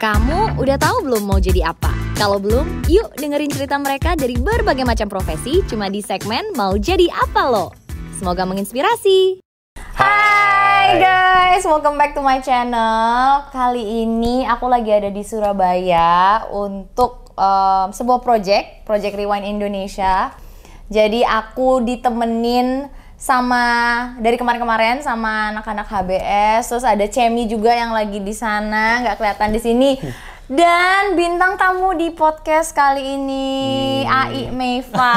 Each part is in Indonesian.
Kamu udah tahu belum mau jadi apa? Kalau belum, yuk dengerin cerita mereka dari berbagai macam profesi cuma di segmen Mau Jadi Apa Lo. Semoga menginspirasi. Hai guys, welcome back to my channel. Kali ini aku lagi ada di Surabaya untuk sebuah project Rewind Indonesia. Jadi aku ditemenin sama dari kemarin-kemarin sama anak-anak HBS, terus ada Cemi juga yang lagi di sana, nggak kelihatan di sini. Dan bintang tamu di podcast kali ini Ai Meifa.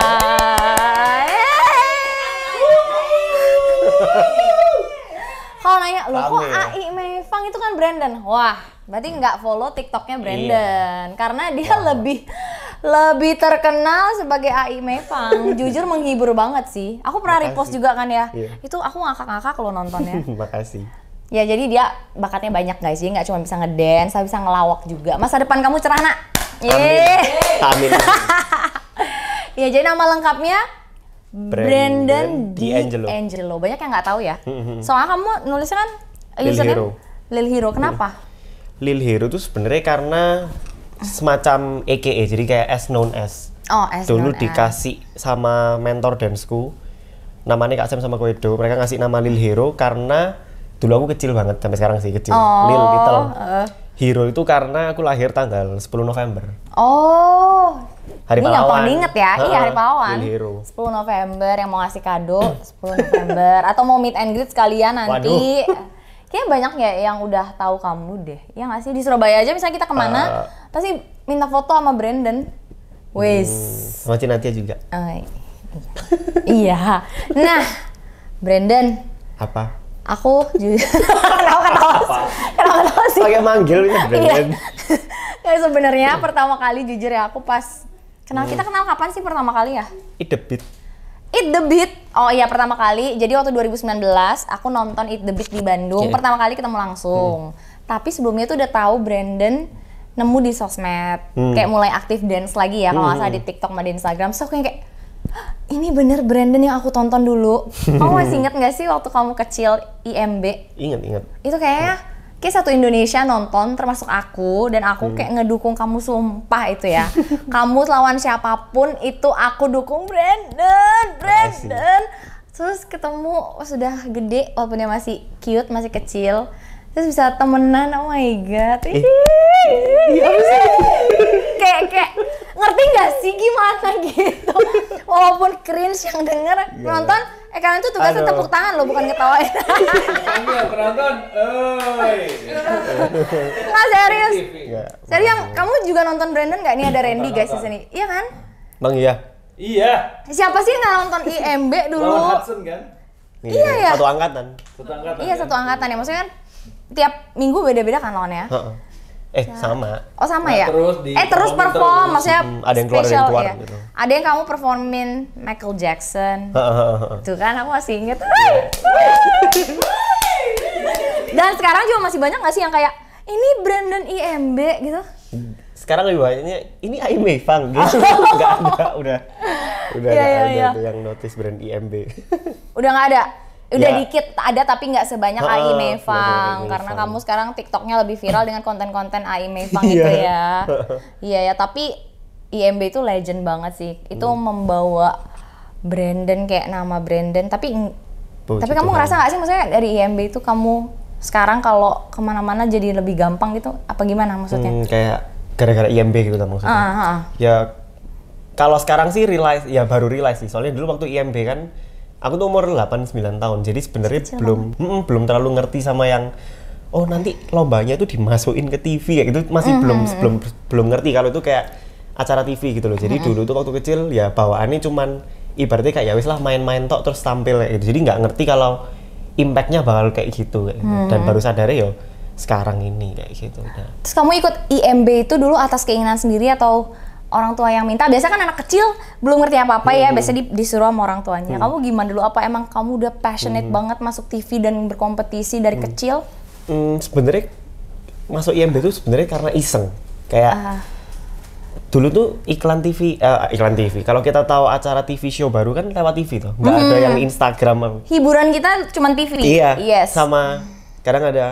Kalau nanya, loh kok Ai Meifang itu kan Brandon? Wah, berarti nggak follow TikToknya Brandon, karena dia lebih terkenal sebagai Ai Meifang. Jujur menghibur banget sih. Aku pernah repost juga kan ya. Itu aku ngakak-ngakak lo nontonnya. Makasih. Ya jadi dia bakatnya banyak guys. Jadi nggak cuma bisa ngedance, tapi bisa ngelawak juga. Masa depan kamu cerah nak. Amin. Ya jadi nama lengkapnya Brandon D'Angelo. Angelo. Banyak yang nggak tahu ya. Soalnya kamu nulisnya kan Lil Hero. Lil Hero. Kenapa? Lil Hero tuh sebenarnya karena semacam AKA, jadi kayak as known as. Oh, as Dulu known dikasih sama mentor danceku, namanya Kak Sam sama Koedo. Mereka ngasih nama Lil Hero karena dulu aku kecil banget, sampai sekarang sih kecil. Lil Little. Hero itu karena aku lahir tanggal 10 November. Oh. Hari ini pahlawan. gampang diinget ya. Iya, Hari Pahlawan. Lil Hero. 10 November yang mau ngasih kado 10 November atau mau meet and greet sekalian nanti. Kayaknya banyak ya yang udah tahu kamu deh. Ya nggak sih, di Surabaya aja misalnya kita kemana pasti minta foto sama Brandon. Wes. Sama Cinatia juga. Iya. Nah, Brandon. Apa? Aku juga. Kenapa sih? Pakai manggil ini Brandon. Ya sebenarnya pertama kali jujur ya aku pas kita kenal kapan sih pertama kali ya? Eat the Beat. Oh iya, pertama kali. Jadi waktu 2019 aku nonton Eat the Beat di Bandung. Pertama kali ketemu langsung. Tapi sebelumnya tuh udah tahu Brandon nemu di sosmed. Kayak mulai aktif dance lagi ya, kalau nggak salah di TikTok sama di Instagram. So aku kayak ini bener Brandon yang aku tonton dulu. Kamu masih inget nggak sih waktu kamu kecil IMB? Ingat. Itu kayaknya satu Indonesia nonton termasuk aku, dan aku kayak ngedukung kamu sumpah itu ya. Kamu lawan siapapun itu aku dukung Brandon. Terus ketemu sudah gede walaupun dia masih cute, masih kecil. Terus bisa temenan, oh my god. Kayak ngerti nggak sih gimana gitu. Walaupun cringe yang denger nonton, kalian tuh tugasnya tepuk tangan loh, bukan ketawain. Penonton, Nggak, serius. Serius, kamu juga nonton Brandon nggak? Ini ada Randy guys di sini. Iya kan? Bang iya. Iya. Siapa sih yang nggak nonton IMB dulu? Lawan Hudson kan? Iya ya. Satu angkatan. Iya, satu angkatan ya. Maksudnya kan tiap minggu beda-beda kan lawannya. Sama. Oh sama ya? Terus perform, maksudnya ada yang keluar ya. gitu. Ada yang kamu performin Michael Jackson. Tuh kan aku masih inget. Dan sekarang juga masih banyak nggak sih yang kayak ini Brandon IMB gitu? Sekarang lebih banyaknya ini Ai Meifang gitu. Nggak ada, udah nggak ada yang notice brand IMB. Udah nggak ada? Udah Ya. dikit ada tapi nggak sebanyak Ai Meifang, Meifang. karena kamu sekarang TikToknya lebih viral dengan konten-konten Ai Meifang gitu ya. Iya ya, tapi IMB itu legend banget sih. Itu membawa Brandon kayak nama Brandon. Tapi kamu ngerasa nggak sih maksudnya dari IMB itu kamu sekarang kalau kemana-mana jadi lebih gampang gitu? Apa gimana maksudnya? Kayak gara-gara IMB gitu kan maksudnya. Ya kalau sekarang sih baru realize sih. Soalnya dulu waktu IMB kan aku tuh umur 8-9 tahun, jadi sebenarnya belum terlalu ngerti sama yang nanti lombanya itu dimasukin ke TV kayak gitu, masih belum ngerti kalau itu kayak acara TV gitu loh. Jadi dulu tuh waktu kecil ya bawaannya cuman ibaratnya kayak ya wis lah main-main tok terus tampil kayak gitu. Jadi nggak ngerti kalau impactnya bakal kayak gitu kayak gitu. Dan baru sadarnya yo sekarang ini kayak gitu. Nah. Terus kamu ikut IMB itu dulu atas keinginan sendiri atau orang tua yang minta? Biasa kan anak kecil belum ngerti apa-apa ya, biasa disuruh sama orang tuanya. Kamu gimana dulu? Apa emang kamu udah passionate banget masuk TV dan berkompetisi dari kecil? Sebenarnya masuk IMB itu sebenarnya karena iseng. Kayak dulu tuh iklan TV. Kalau kita tahu acara TV show baru kan lewat TV tuh, nggak ada yang Instagram. Hiburan kita cuma TV. Iya. Yes. Sama kadang ada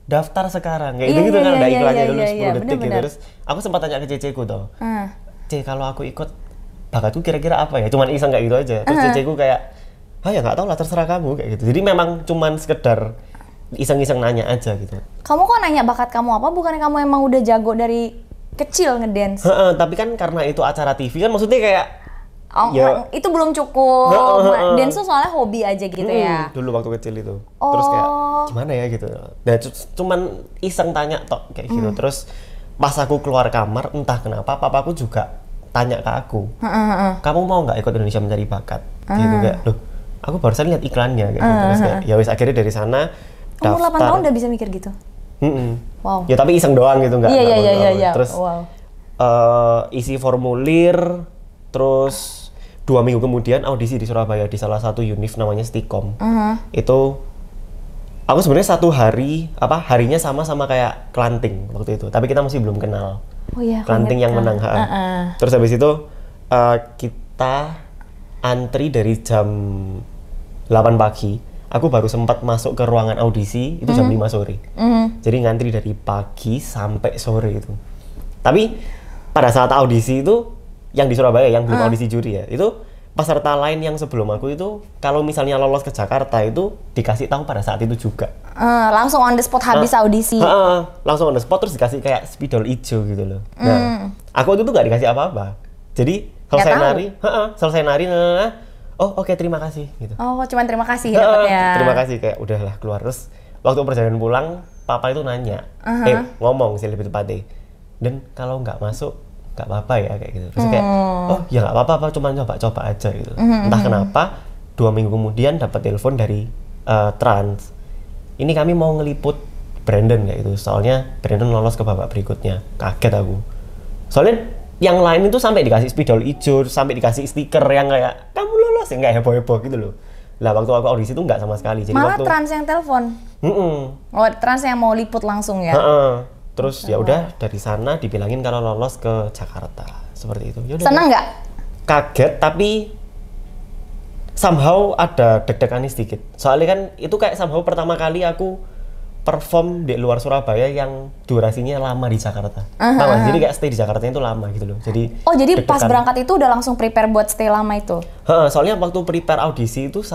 daftar sekarang kayak gitu kan ada iklannya dulu 10 detik gitu. Bener. Terus aku sempat tanya ke ceceku tuh, kalau aku ikut bakatku kira-kira apa ya, cuman iseng kayak gitu aja. Terus ceceku kayak ya nggak tahu lah, terserah kamu kayak gitu. Jadi memang cuman sekedar iseng-iseng nanya aja gitu. Kamu kok nanya bakat kamu apa? Bukannya kamu emang udah jago dari kecil ngedance? Tapi kan karena itu acara TV kan maksudnya kayak itu belum cukup. Dance tuh soalnya hobi aja gitu ya. Dulu waktu kecil itu. Terus kayak gimana ya gitu. Nah, cuman iseng tanya tok kayak gitu. Terus pas aku keluar kamar entah kenapa papaku juga tanya ke aku. Kamu mau nggak ikut Indonesia Mencari Bakat? Gitu kayak, loh, aku barusan lihat iklannya kayak gitu. Terus kayak ya wis akhirnya dari sana umur 8 tahun udah bisa mikir gitu? Wow. Ya tapi iseng doang gitu nggak? Iya. Terus isi formulir, terus 2 minggu kemudian audisi di Surabaya di salah satu univ namanya Stikom. Itu aku sebenarnya harinya sama kayak Klanting waktu itu, tapi kita masih belum kenal. Klanting yang menang. Terus habis itu kita antri dari jam 8 pagi. Aku baru sempat masuk ke ruangan audisi itu jam 5 sore. Jadi ngantri dari pagi sampai sore itu. Tapi pada saat audisi itu yang di Surabaya yang belum audisi juri ya, itu peserta lain yang sebelum aku itu kalau misalnya lolos ke Jakarta itu dikasih tahu pada saat itu juga. Langsung on the spot habis audisi. Langsung on the spot terus dikasih kayak spidol hijau gitu loh. Nah, aku itu tuh nggak dikasih apa-apa. Jadi selesai nari, oke, terima kasih gitu. Cuman terima kasih dapatnya. Terima kasih, kayak udahlah keluar. Terus waktu perjalanan pulang papa itu nanya, ngomong sih lebih tepatnya, dan kalau nggak masuk nggak apa-apa ya kayak gitu. Terus kayak ya nggak apa-apa, cuma coba aja gitu. Entah kenapa 2 minggu kemudian dapat telepon dari Trans, ini kami mau ngeliput Brandon kayak gitu, soalnya Brandon lolos ke babak berikutnya. Kaget aku, soalnya yang lain itu sampai dikasih spidol hijau, sampai dikasih stiker yang kayak kamu lolos ya, nggak heboh-heboh gitu loh. Lah waktu aku audisi itu nggak sama sekali. Jadi malah Trans yang telepon. Trans yang mau liput langsung ya. Terus ya udah dari sana dibilangin kalau lolos ke Jakarta seperti itu. Yaudah, senang nggak? Kaget, tapi somehow ada deg-degan sedikit. Soalnya kan itu kayak somehow pertama kali aku perform di luar Surabaya yang durasinya lama di Jakarta. Jadi kayak stay di Jakarta itu lama gitu loh. Jadi jadi pas berangkat itu udah langsung prepare buat stay lama itu? Soalnya waktu prepare audisi itu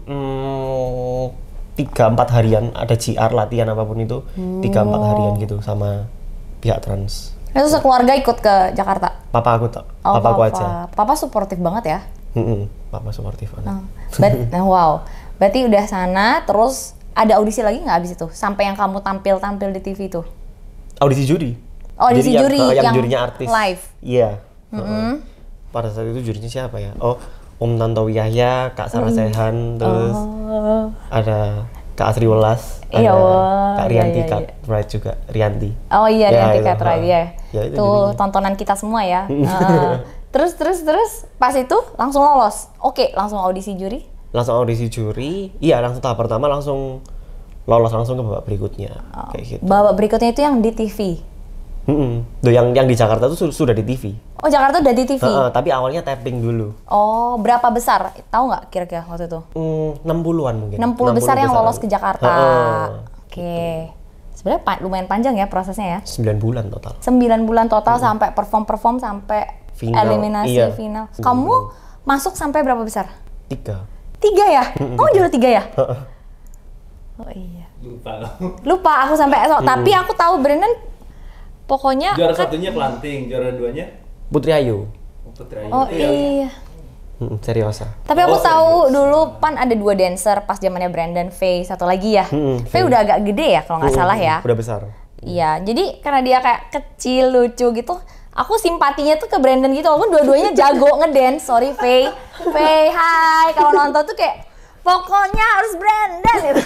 3-4 harian ada GR latihan apapun itu 3-4 harian gitu sama pihak Trans. Itu sekeluarga ikut ke Jakarta? Papa aku tak, papa aku aja. Papa suportif banget ya? Papa suportif banget. Wow, berarti udah sana terus ada audisi lagi nggak abis itu? Sampai yang kamu tampil di TV itu? Audisi juri. Audisi juri yang jurinya artis. Live? Iya. Pada saat itu jurinya siapa ya? Om Tantowi Yahya, Kak Sarah Sehan, terus ada Kak Asri Welas, ada Kak Rianti Cartwright juga, Rianti. Rianti Cartwright ya. Itu tontonan kita semua ya. Terus pas itu langsung lolos. Oke, langsung audisi juri? Langsung audisi juri, iya langsung tahap pertama langsung lolos langsung ke babak berikutnya, kayak gitu. Babak berikutnya itu yang di TV? Tuh yang di Jakarta tuh sudah di TV. Jakarta udah di TV? Tapi awalnya tapping dulu. Berapa besar? Tahu nggak kira-kira waktu itu? 60-an mungkin. 60 besar yang lolos ke Jakarta. Oke. Sebenarnya lumayan panjang ya prosesnya ya? 9 bulan total. 9 bulan total sampai perform sampai final, eliminasi final. Kamu masuk sampai berapa besar? 3 ya? Kamu juara 3 ya? Iya. Lupa aku sampai tapi aku tahu Brandon pokoknya juara satunya Klanting, juara 2-nya Putri Ayu. Iya. Seriosa. Tapi aku tahu dulu Pan ada 2 dancer pas zamannya Brandon, Faye satu lagi ya. Faye udah agak gede ya kalau nggak salah ya. Udah besar. Iya, jadi karena dia kayak kecil lucu gitu, aku simpatinya tuh ke Brandon gitu, walaupun dua-duanya jago ngedance. Sorry Faye, hai, kalau nonton tuh kayak pokoknya harus Brandon gitu.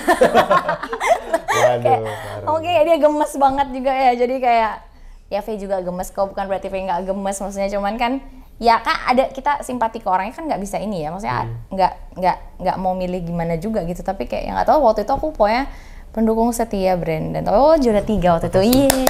Oke, dia gemes banget juga ya, jadi kayak ya Faye juga gemes kok, bukan berarti Faye nggak gemes, maksudnya cuman kan ya kan ada kita simpati ke orangnya kan nggak bisa ini ya, maksudnya nggak mau milih gimana juga gitu, tapi kayak yang nggak tahu waktu itu aku pokoknya pendukung setia Brandon. Juara 3 waktu itu.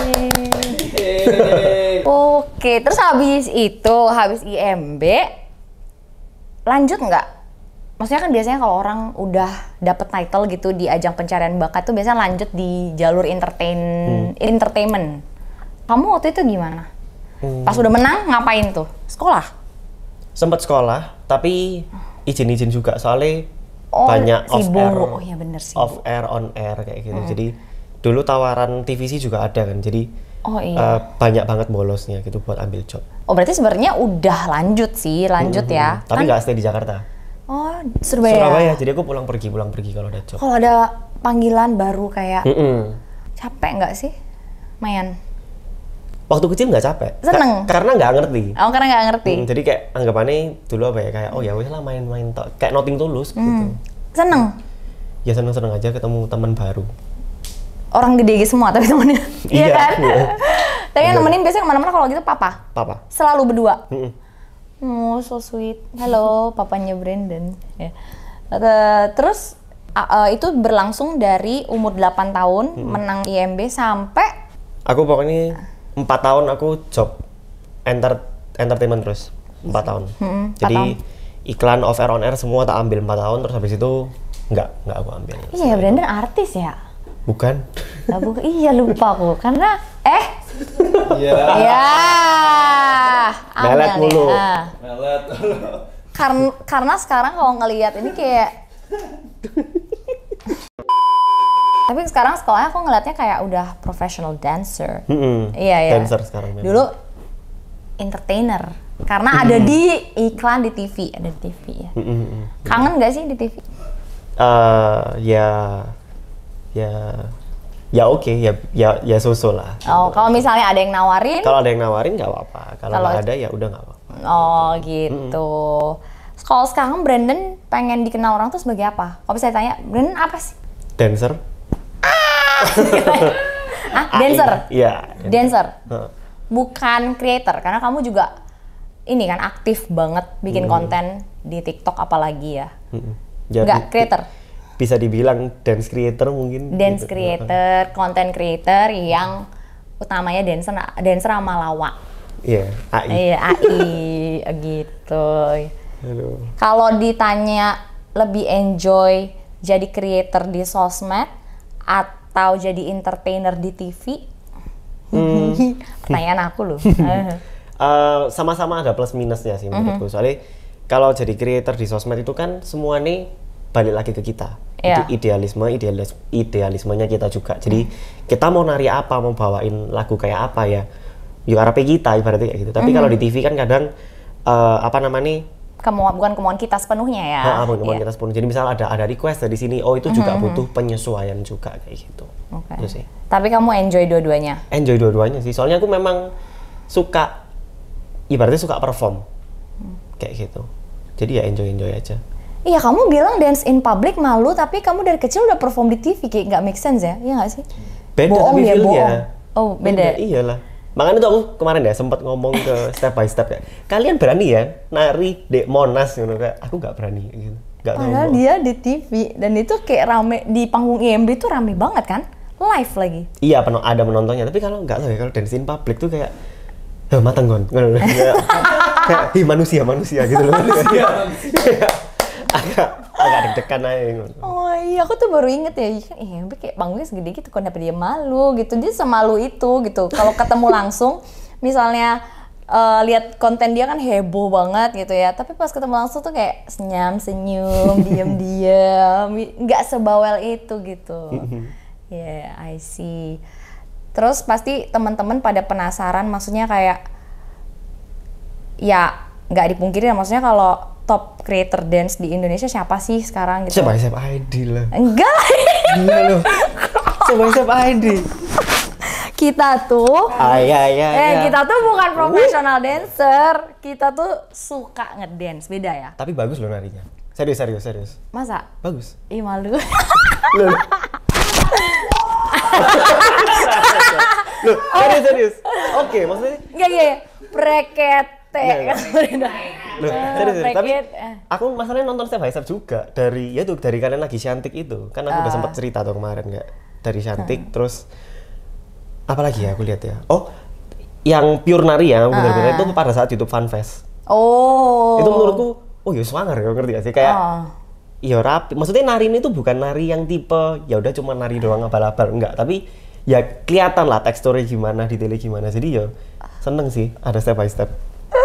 Oke, terus habis IMB lanjut nggak? maksudnya kan biasanya kalau orang udah dapet title gitu di ajang pencarian bakat tuh biasanya lanjut di jalur entertainment. Kamu waktu itu gimana? Pas udah menang ngapain tuh? Sekolah? Sempat sekolah, tapi izin juga soalnya banyak off-air, iya bener sih. Off-air, on-air kayak gitu. Jadi dulu tawaran TVC juga ada kan, jadi banyak banget bolosnya gitu buat ambil job. Oh berarti sebenarnya udah lanjut ya? Tapi nggak stay di Jakarta. Oh Surabaya. Surabaya, jadi aku pulang pergi kalau ada job. Kalau ada panggilan baru kayak capek nggak sih, Mayan? Waktu kecil nggak capek. Seneng? Karena nggak ngerti. Oh karena nggak ngerti. Jadi kayak anggapannya dulu apa ya, kayak oh ya wes lah main-main tok, kayak nothing tulus gitu. Seneng? Ya seneng aja ketemu teman baru. Orang gede semua tapi temennya. Iya kan? Iya. Tapi yang nemenin biasanya kemana-mana kalau gitu papa? Selalu berdua? Oh so sweet. Halo papanya Brandon. Ya. Terus itu berlangsung dari umur 8 tahun menang IMB sampai? Aku pokoknya 4 tahun aku job entertainment terus 4 tahun. Jadi iklan off air on air semua tak ambil 4 tahun, terus habis itu enggak aku ambil. Iya Brandon artis ya? Bukan. Iya lupa aku karena Iya. Ya. Melet mulu. Melet. Karena sekarang kalau ngelihat ini kayak tapi sekarang sekolahnya aku ngelihatnya kayak udah professional dancer. Iya. Dancer sekarang memang. Dulu entertainer. Karena ada di iklan di TV, ada di TV ya. Kangen nggak sih di TV? Ya oke, ya so-so lah. Oh, kalau misalnya ada yang nawarin? Kalau ada yang nawarin nggak apa-apa. Kalau nggak ada ya udah nggak apa-apa. Oh gitu. Kalau sekarang Brandon pengen dikenal orang tuh sebagai apa? Kalau bisa tanya, Brandon apa sih? Dancer. Dancer? Iya. Dancer? Bukan creator, karena kamu juga ini kan aktif banget bikin konten di TikTok apalagi ya. Enggak, creator? Bisa dibilang dance creator mungkin. Dance gitu. creator, content creator yang utamanya dancer sama lawak. Iya, AI. Iya, AI gitu. Kalau ditanya lebih enjoy jadi creator di sosmed atau jadi entertainer di TV? Pertanyaan aku loh. Sama-sama ada plus minusnya sih menurutku. Soalnya kalau jadi creator di sosmed itu kan semua nih balik lagi ke kita. Itu idealismenya kita juga. Jadi kita mau nari apa, mau bawain lagu kayak apa ya, yuk arepe kita ibaratnya kayak gitu. Tapi kalau di TV kan kadang bukan kemauan kita sepenuhnya ya. Bukan kemauan kita sepenuhnya. Jadi misal ada request dari sini, oh itu juga butuh penyesuaian juga kayak gitu. Itu sih. Tapi kamu enjoy dua-duanya? Enjoy dua-duanya sih. Soalnya aku memang suka, ibaratnya suka perform kayak gitu. Jadi ya enjoy aja. Iya, kamu bilang dance in public malu, tapi kamu dari kecil udah perform di TV, kayak nggak make sense ya? Iya nggak sih? Beda bohong tapi ya, feel-nya. Oh, beda. Iyalah. Makanya tuh aku kemarin ya sempat ngomong ke step by step kayak, kalian berani ya nari di Monas gitu, kayak aku nggak berani gitu. Padahal dia di TV dan itu kayak rame di panggung IMB itu rame banget kan? Live lagi. Iya, ada penontonnya, tapi kalau nggak tahu ya, kalau dance in public tuh kayak matang gon. Kayak manusia gitu loh. agak deg-degan aja. Oh iya, aku tuh baru inget ya, kayak panggungnya segede gitu, kenapa dia malu gitu, dia semalu itu gitu. Kalau ketemu langsung, misalnya lihat konten dia kan heboh banget gitu ya, tapi pas ketemu langsung tuh kayak senyum, diam, nggak sebawel itu gitu. Yeah, I see. Terus pasti teman-teman pada penasaran, maksudnya kayak, ya nggak dipungkiri, maksudnya kalau top creator dance di Indonesia siapa sih sekarang gitu? Siapa ID lah. Enggak. Gila loh. Siapa ID? Kita tuh kita tuh bukan profesional dancer. Kita tuh suka ngedance, beda ya. Tapi bagus loh narinya. Serius. Masa? Bagus. Ih, malu. Loh, serius. Oke, maksudnya? Enggak. Prekete. Loh, serius. Tapi aku masalahnya nonton Step by Step juga dari kalian lagi Cantik itu. Kan aku udah sempat cerita tuh kemarin nggak? Dari Cantik terus apalagi ya aku lihat ya. Oh, yang pure nari ya, benar-benar itu pada saat YouTube Fan Fest. Oh. Itu menurutku, oh ya swanger ya, ngerti gak sih? Kayak ya rapi. Maksudnya nari ini tuh bukan nari yang tipe ya udah cuma nari doang abal-abal, enggak. Tapi ya kelihatan lah teksturnya gimana, detailnya gimana. Jadi ya seneng sih ada step by step.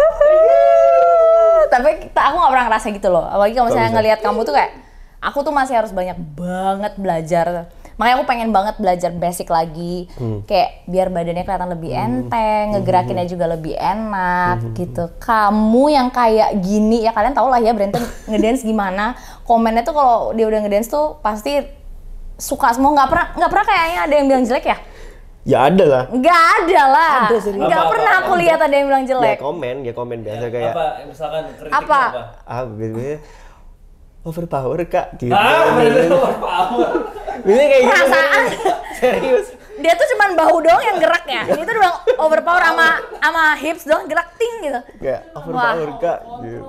Tapi aku nggak pernah ngerasa gitu loh. Apalagi kalau misalnya ngelihat kamu tuh kayak, aku tuh masih harus banyak banget belajar. Makanya aku pengen banget belajar basic lagi, kayak biar badannya kelihatan lebih enteng, ngegerakinnya juga lebih enak gitu. Kamu yang kayak gini, ya kalian tau lah ya Brandon ngedance gimana. Komennya tuh kalau dia udah ngedance tuh pasti suka semua. Nggak pernah kayaknya ada yang bilang jelek ya? Ya ada lah. Nggak ada lah. Ada serius. Nggak pernah aku lihat ada yang bilang jelek. Ya komen biasa kayak. Apa misalkan kritiknya Apa? Biasanya overpower kak gitu. Bener overpower. Ini kayak gitu. Perasaan. Serius. Dia tuh cuman bahu doang yang gerak ya. Ini tuh doang overpower sama hips doang gerak ting gitu. Kayak overpower kak gitu.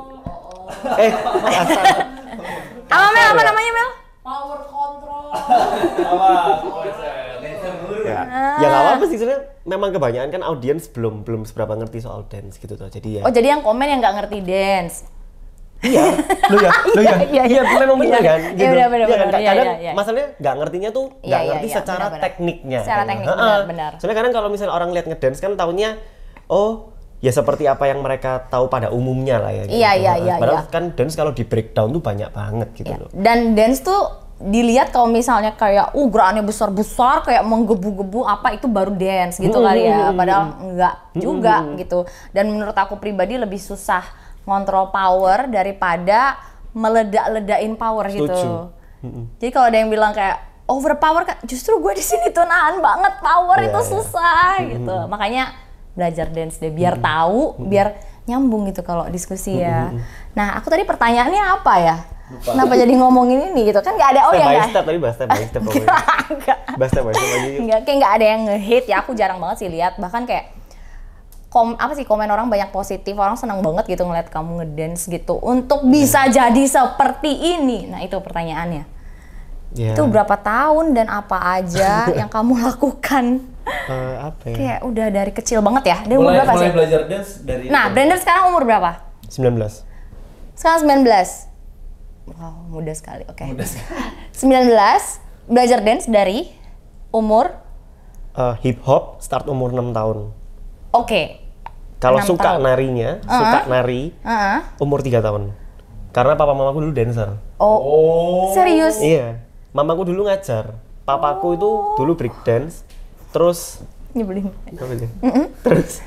Apa Mel? Apa namanya Mel? Power control. Ya nggak apa-apa sih sebenarnya. Memang kebanyakan kan audiens belum seberapa ngerti soal dance gitu tuh. Jadi ya. Oh jadi yang komen yang nggak ngerti dance. Iya, iya, memang benar kan? Gitu. Iya benar. Kadang masalahnya nggak ngertinya tuh nggak ngerti secara tekniknya. Secara teknik benar. Soalnya kadang kalau misalnya orang lihat ngedance kan taunya, oh ya seperti apa yang mereka tahu pada umumnya lah ya. Gitu. Iya. Padahal kan dance kalau di breakdown tuh banyak banget gitu loh. Dan dance tuh dilihat kalau misalnya kayak gerakannya besar-besar kayak menggebu-gebu apa itu baru dance gitu kali ya. Padahal enggak juga gitu. Dan menurut aku pribadi lebih susah ngontrol power daripada meledak-ledakin power gitu. Jadi kalau ada yang bilang kayak overpower kan justru gue di sini tuh nahan banget power itu susah gitu. Makanya belajar dance deh biar tahu, biar nyambung gitu kalau diskusi ya. Nah, aku tadi pertanyaannya apa ya? Lupa. Kenapa jadi ngomongin ini gitu kan nggak ada step by step pokoknya. Bahas step by step aja. Kayak nggak ada yang nge-hate ya, aku jarang banget sih lihat, bahkan kayak komen orang banyak positif, orang senang banget gitu ngeliat kamu ngedance gitu untuk bisa jadi seperti ini. Nah itu pertanyaannya. Itu berapa tahun dan apa aja yang kamu lakukan? Apa ya? Kayak udah dari kecil banget ya. Dari umur berapa sih? Mulai belajar dance dari. Nah, Brandon sekarang umur berapa? 19. Sekarang 19. Wow, muda sekali. Oke. 19 belajar dance dari umur hip hop start umur 6 tahun. Oke. Kalau suka narinya, suka nari umur 3 tahun. Karena papa mamaku dulu dancer. Oh. Serius? Iya. Mamaku dulu ngajar. Papaku itu dulu break dance. Terus nyebelin. Terus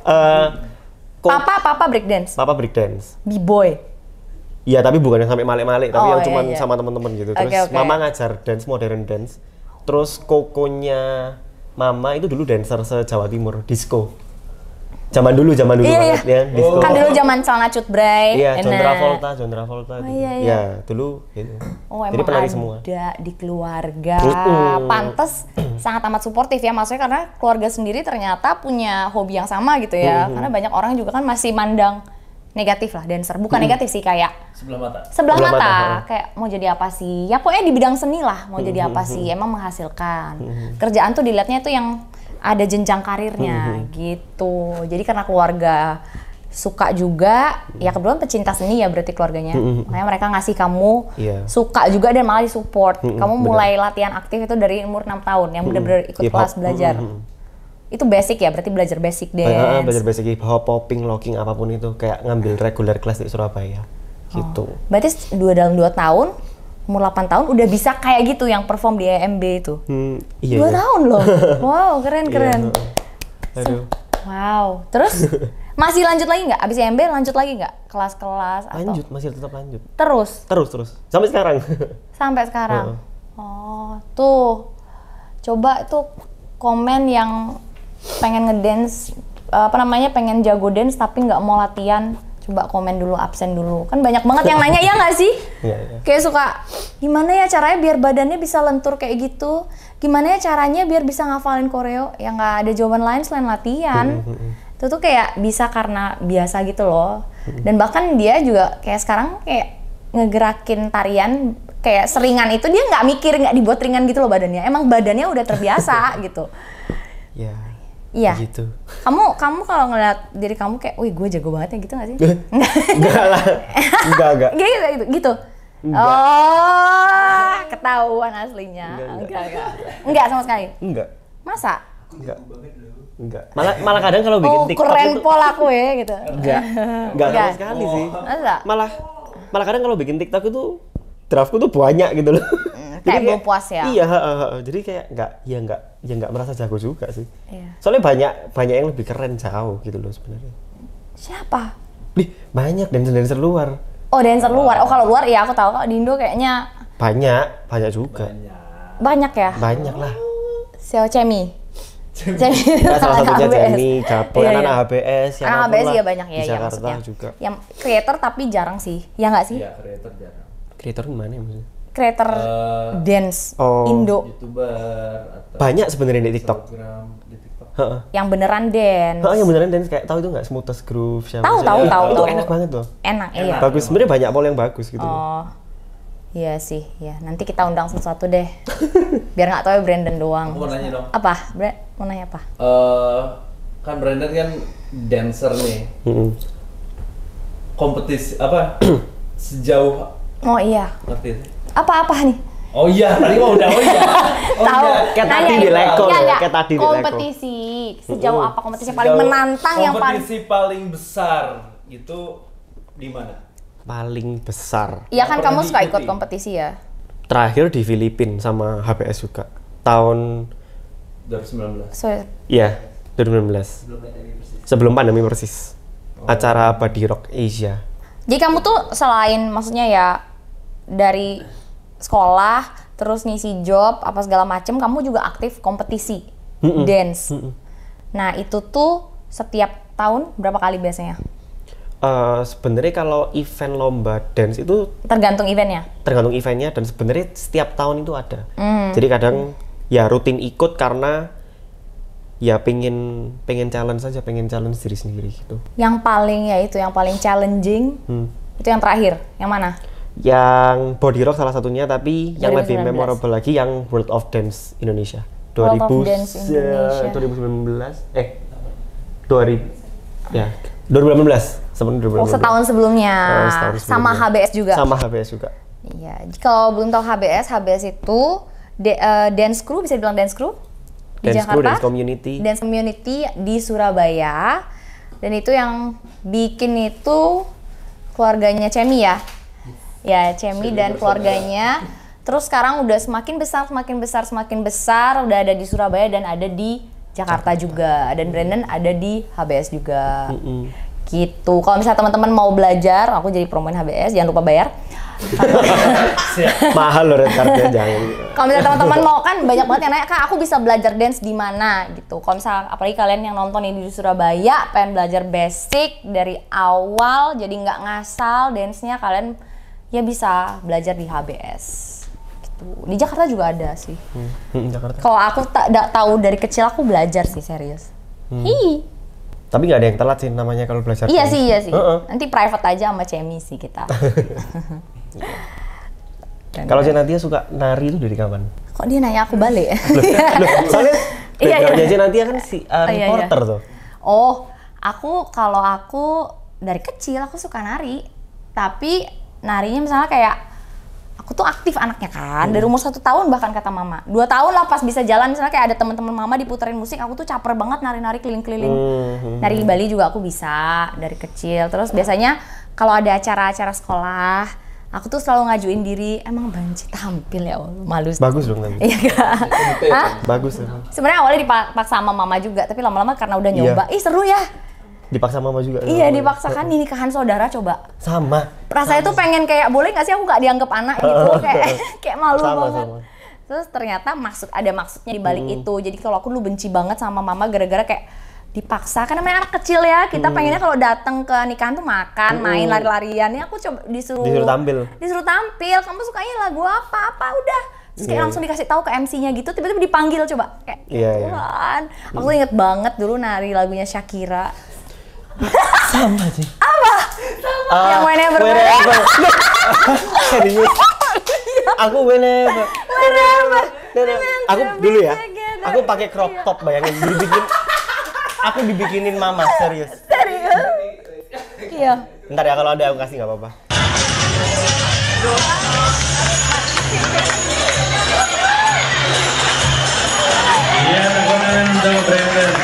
Papa break dance. Papa break dance. B-boy. Iya, tapi bukan yang sampai malik-malik, tapi yang cuma sama teman-teman gitu. Terus Okay. mama ngajar dance, modern dance. Terus kokonya mama itu dulu dancer se-Jawa Timur, disco. Zaman dulu banget ya, disco. Kan dulu zaman celana cutbray. Iya, John Travolta. Iya, dulu gitu. Jadi penari semua. Ada di keluarga. Pantes sangat amat suportif ya, maksudnya karena keluarga sendiri ternyata punya hobi yang sama gitu ya. Karena banyak orang juga kan masih mandang negatif lah dancer, bukan negatif sih, kayak sebelah mata. Kayak mau jadi apa sih, ya pokoknya di bidang seni lah mau jadi apa sih, emang menghasilkan. Kerjaan tuh dilihatnya tuh yang ada jenjang karirnya gitu. Jadi karena keluarga suka juga, ya kebetulan pecinta seni ya berarti keluarganya. Makanya mereka ngasih kamu suka juga dan malah support. Kamu mulai latihan aktif itu dari umur 6 tahun yang benar-benar ikut kelas belajar. Itu basic ya, berarti belajar basic dance. Belajar basic hip hop, popping, locking, apapun itu. Kayak ngambil regular kelas di Surabaya. Gitu. Berarti dalam 2 tahun, umur 8 tahun udah bisa kayak gitu yang perform di EMB itu. 2 tahun loh. Wow, keren. Aduh. Wow. Terus masih lanjut lagi nggak? Abis EMB lanjut lagi nggak? Kelas-kelas atau? Masih tetap lanjut. Terus. Sampai sekarang. Sampai sekarang. Oh, tuh. Coba tuh komen yang pengen ngedance, pengen jago dance tapi nggak mau latihan, coba komen dulu, absen dulu. Kan banyak banget yang nanya, ya nggak sih? Iya. Kayak suka, gimana ya caranya biar badannya bisa lentur kayak gitu? Gimana ya caranya biar bisa ngafalin koreo? Ya nggak ada jawaban lain selain latihan. Itu tuh kayak bisa karena biasa gitu loh. Dan bahkan dia juga kayak sekarang kayak ngegerakin tarian, kayak seringan itu dia nggak mikir, nggak dibuat ringan gitu loh badannya. Emang badannya udah terbiasa gitu. Iya. Gitu. Kamu kalau ngeliat diri kamu kayak, wih gue jago banget ya gitu nggak sih? Enggak lah. Enggak. Gitu. Oh, ketahuan aslinya. Enggak sama sekali. Enggak. Masa? Enggak. Malah kadang kalau bikin TikTok keren itu pol aku ya gitu. enggak sama sekali sih. Masa? Malah kadang kalau bikin TikTok itu draftku tuh banyak gitu loh. Kayak belum puas ya. Iya, jadi kayak enggak merasa jago juga sih. Iya. Soalnya banyak yang lebih keren jauh gitu loh sebenarnya. Siapa? Banyak dancer luar. Oh, dancer luar. Oh, kalau luar ya aku tahu. Kalau di Indo kayaknya Banyak juga. banyak ya. Banyak lah. Seo Chemi. Chemi. Salah satunya ABS. Jenny, Japo, Iya, anak ABS, yang Anak ABS ya banyak ya. di Jakarta juga. Yang creator tapi jarang sih. Ya nggak sih? Iya, kreator jarang. Kreator gimana ya maksudnya? Creator dance Indo. YouTuber atau Banyak sebenarnya di TikTok. Instagram, di TikTok. Yang beneran dance. Yang beneran dance kayak tahu itu nggak Smoothest Groove siapa? Tahu. Itu enak banget tuh. Enak, iya. Bagus, sebenarnya banyak pol yang bagus gitu. Oh, iya sih, ya. Nanti kita undang sesuatu deh. Biar nggak tahu ya Brandon doang. Aku mau nanya dong. Apa? Mau nanya apa? Kan Brandon kan dancer nih. Kompetisi apa? Sejauh Oh iya. ngerti sih? Apa nih? Oh iya, tadi mah udah. Tahu. Kayak Nanya tadi di itu. Leko Iya, ya, nggak? kayak tadi di Leko. Kompetisi. Sejauh apa kompetisi yang paling menantang yang paling kompetisi paling besar itu di mana? Paling besar. Iya kan Pernah kamu suka ikut diikuti? kompetisi ya? Terakhir di Filipina sama HBS juga. Tahun 2019. iya, 2019. Belum pandemi persis. Sebelum pandemi persis. Acara Body Rock Asia. Jadi kamu tuh selain maksudnya ya dari sekolah terus ngisi job apa segala macem, kamu juga aktif kompetisi dance. Nah itu tuh setiap tahun berapa kali biasanya? Sebenarnya kalau event lomba dance itu Tergantung eventnya. tergantung eventnya dan sebenarnya setiap tahun itu ada. Jadi kadang ya rutin ikut karena ya pengen challenge saja, pengen challenge diri sendiri gitu. Yang paling ya itu yang paling challenging itu yang terakhir, yang mana? Yang Body Rock salah satunya, tapi yang lebih 2019. memorable lagi yang World of Dance Indonesia. World of Dance Indonesia. 2019 sebenarnya 2018. Oh, setahun sebelumnya. Setahun Sama sebelumnya. HBS juga. Sama HBS juga. Iya, kalau belum tahu HBS itu dance crew, bisa dibilang dance crew di Dance Jakarta. crew, dance community. Dance community di Surabaya. Dan itu yang bikin itu keluarganya Cemi ya. Ya, Cemi dan keluarganya. Terus sekarang udah semakin besar, udah ada di Surabaya dan ada di Jakarta juga. Dan Brandon ada di HBS juga. Gitu. Kalau misalnya teman-teman mau belajar, aku jadi promoin HBS, jangan lupa bayar. Mahal loh retardnya, jangan. Kalau misalnya teman-teman mau, kan banyak banget yang nanya, Kak aku bisa belajar dance di mana gitu. Kalau misalnya apalagi kalian yang nonton ini di Surabaya, pengen belajar basic dari awal, jadi nggak ngasal dance-nya, kalian ya bisa belajar di HBS. Gitu. Di Jakarta juga ada sih. Jakarta. Kalau aku tak tahu dari kecil aku belajar sih serius. Hi. Tapi nggak ada yang telat sih namanya kalau belajar. Iya dance. sih. Nanti private aja sama Cemi sih kita. Kalau Nadia suka nari itu dari kapan? Kok dia nanya aku balik? Soalnya Iya. backgroundnya Nadia kan si reporter tuh. Oh, kalau aku dari kecil aku suka nari. Tapi narinya misalnya kayak aku tuh aktif anaknya kan, dari umur 1 tahun bahkan kata mama. 2 tahun lah pas bisa jalan, misalnya kayak ada teman-teman mama diputerin musik, aku tuh caper banget nari-nari keliling-keliling. Nari di Bali juga aku bisa dari kecil. Terus biasanya kalau ada acara-acara sekolah, aku tuh selalu ngajuin diri, emang banci tampil ya Allah, malu. Bagus dong nanti. Iya kak. Hah? Bagus emang. Sebenarnya awalnya dipaksa sama mama juga, tapi lama-lama karena udah nyoba, ih seru ya. Dipaksa mama juga. Iya dipaksakan, ini nikahan saudara coba. Sama. Rasanya tuh pengen kayak, boleh nggak sih aku nggak dianggap anak gitu, kayak malu banget. Sama. Terus ternyata ada maksudnya di balik itu. Jadi kalau aku dulu benci banget sama mama gara-gara kayak dipaksa, kan namanya anak kecil ya, kita pengennya kalau datang ke nikahan tuh makan, main, lari-larian. Ya aku coba disuruh tampil, kamu sukanya lagu apa udah. Terus kayak langsung dikasih tahu ke MC-nya gitu, tiba-tiba dipanggil coba kayak Tuhan. Aku tuh inget banget dulu nari lagunya Shakira. Sama sih. Apa? Yang whenever. Serius. Aku whenever. Aku dulu ya. Aku pakai crop top, bayangin aku dibikinin mama, serius. Serius? Iya. Ntar ya kalau ada aku kasih nggak apa-apa. Iya, tangan untuk Brandon.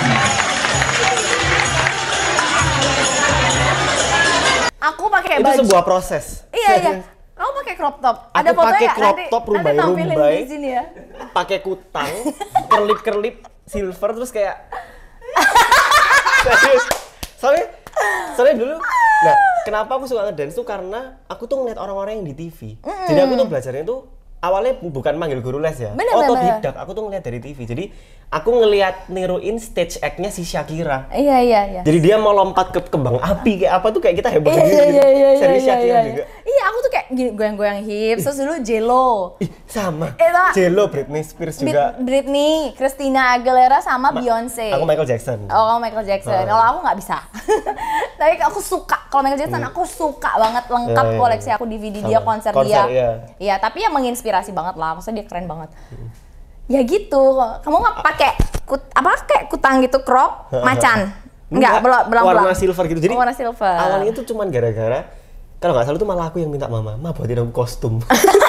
Aku pakai Itu baju. sebuah proses. Iya. Kamu pakai crop top. Ada Aku fotonya pakai nggak? crop Nanti- top nanti tampilin rumbai-rumbai. di sini ya. Pakai kutang, kerlip-kerlip silver terus kayak serius. Soalnya dulu, nah kenapa aku suka ngedance tuh karena aku tuh ngeliat orang-orang yang di TV. Jadi aku tuh belajarnya tuh awalnya bukan manggil guru les ya, Bener. otodidak. Aku tuh ngeliat dari TV. Jadi aku ngeliat niruin stage act-nya si Shakira. Iya. Jadi dia mau lompat ke kembang api kayak apa tuh kayak kita hebat gitu. Iya. Serius Shakira juga. Iya, aku tuh kayak gini, goyang-goyang hips, terus dulu J.Lo. Ih, sama. Eta- J.Lo, Britney Spears juga. Britney, Christina Aguilera sama Beyonce. Aku Michael Jackson. Oh, kamu Michael Jackson. Kalau aku nggak bisa. Tapi aku suka. Kalau Michael Jackson aku suka banget, lengkap Iya. koleksi aku DVD dia, Sama. konser Konser, dia. iya. Iya, tapi ya menginspirasi banget lah. Maksudnya dia keren banget. Ya gitu. Kamu nggak pakai kayak kutang gitu crop macan? Enggak, belang-belang. Warna silver gitu. Jadi Warna silver. awalnya itu cuman gara-gara kalau nggak salah tuh malah aku yang minta mama buatin aku kostum.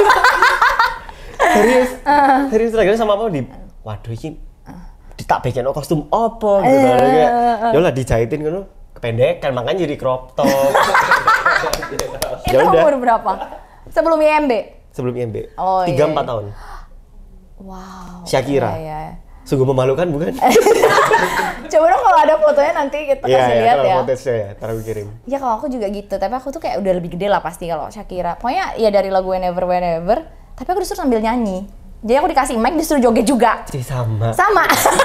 Serius lagi sama apa waduh ini tak bikin kostum apa gitu kayak ya lah dijahitin kan kependekan makanya jadi crop top. Itu umur berapa? Sebelum IMB? Sebelum IMB. Oh, 3-4 iya. tahun. Wow. Shakira. Iya. Sungguh memalukan bukan? Coba dong kalau ada fotonya nanti kita kasih lihat kalau ya. footage-nya ya, ntar aku kirim. Ya kalau aku juga gitu, tapi aku tuh kayak udah lebih gede lah pasti kalau Shakira. Pokoknya ya dari lagu Whenever, tapi aku disuruh sambil nyanyi. Jadi aku dikasih mic disuruh joget juga. Sama. Sama.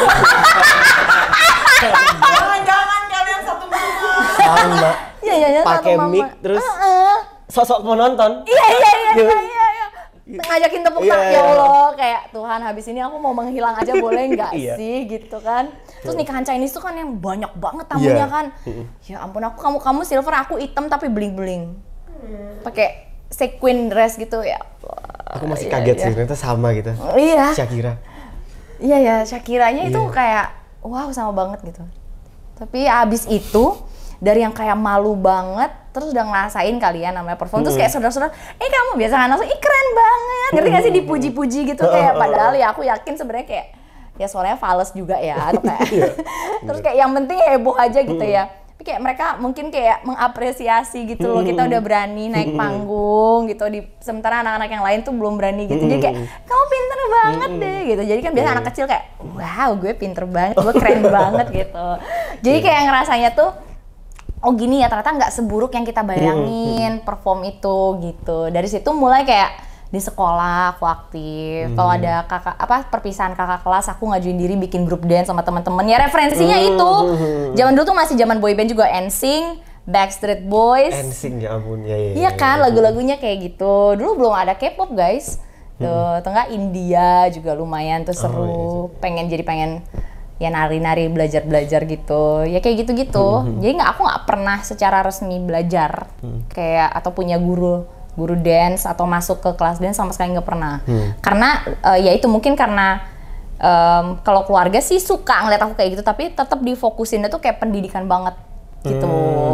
Jangan kalian satu rumah. Sama. Iya. Pakai mic terus sosok penonton. Iya. Ngajakin tepuk tangan, Iya. ya Allah, kayak Tuhan habis ini aku mau menghilang aja boleh nggak Iya. sih gitu kan. Terus nikahan Chinese tuh kan yang banyak banget tamunya Iya. kan. Ya ampun, kamu silver, aku hitam tapi bling-bling. Pakai sequin dress gitu ya. Aku masih kaget sih, ternyata sama gitu. Iya. Shakira. Iya ya, Shakiranya itu Iya. kayak wow sama banget gitu. Tapi abis itu dari yang kayak malu banget, terus udah ngerasain kalian namanya perform, terus kayak saudara-saudara, kamu biasa kan langsung, keren banget, ngerti gak sih dipuji-puji gitu kayak padahal ya aku yakin sebenarnya kayak ya suaranya fals juga ya, atau kayak terus kayak yang penting heboh aja gitu ya. Tapi kayak mereka mungkin kayak mengapresiasi gitu loh, kita udah berani naik panggung gitu, sementara anak-anak yang lain tuh belum berani gitu. Jadi kayak kamu pinter banget deh gitu. Jadi kan biasa anak kecil kayak wow gue pinter banget, gue keren banget gitu. Jadi kayak ngerasanya tuh oh gini ya, ternyata nggak seburuk yang kita bayangin perform itu gitu. Dari situ mulai kayak di sekolah aku aktif. Kalau ada perpisahan kakak kelas, aku ngajuin diri bikin grup dance sama teman-teman. Ya referensinya itu. Zaman dulu tuh masih zaman boyband juga, NSYNC, Backstreet Boys. NSYNC ya ampun ya. Iya kan, lagu-lagunya kayak gitu. Dulu belum ada K-pop guys. Tuh, tengah India juga lumayan tuh seru. Pengen ya nari-nari, belajar-belajar gitu. Ya kayak gitu-gitu. Jadi aku nggak pernah secara resmi belajar kayak atau punya guru dance atau masuk ke kelas dance sama sekali nggak pernah. Karena ya itu mungkin karena kalau keluarga sih suka ngeliat aku kayak gitu, tapi tetap difokusinnya tuh kayak pendidikan banget gitu.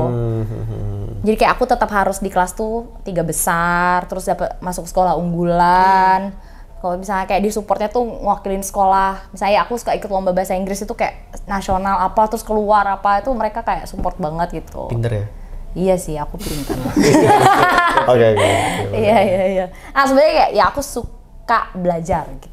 Jadi kayak aku tetap harus di kelas tuh 3 besar, terus dapat masuk sekolah unggulan. Kalau misalnya kayak di supportnya tuh ngewakilin sekolah, misalnya aku suka ikut lomba bahasa Inggris itu kayak nasional apa, terus keluar apa, itu mereka kayak support banget gitu. Pinter ya? Iya sih, aku pinter. Oke. Iya. Nah sebenarnya kayak ya aku suka belajar gitu.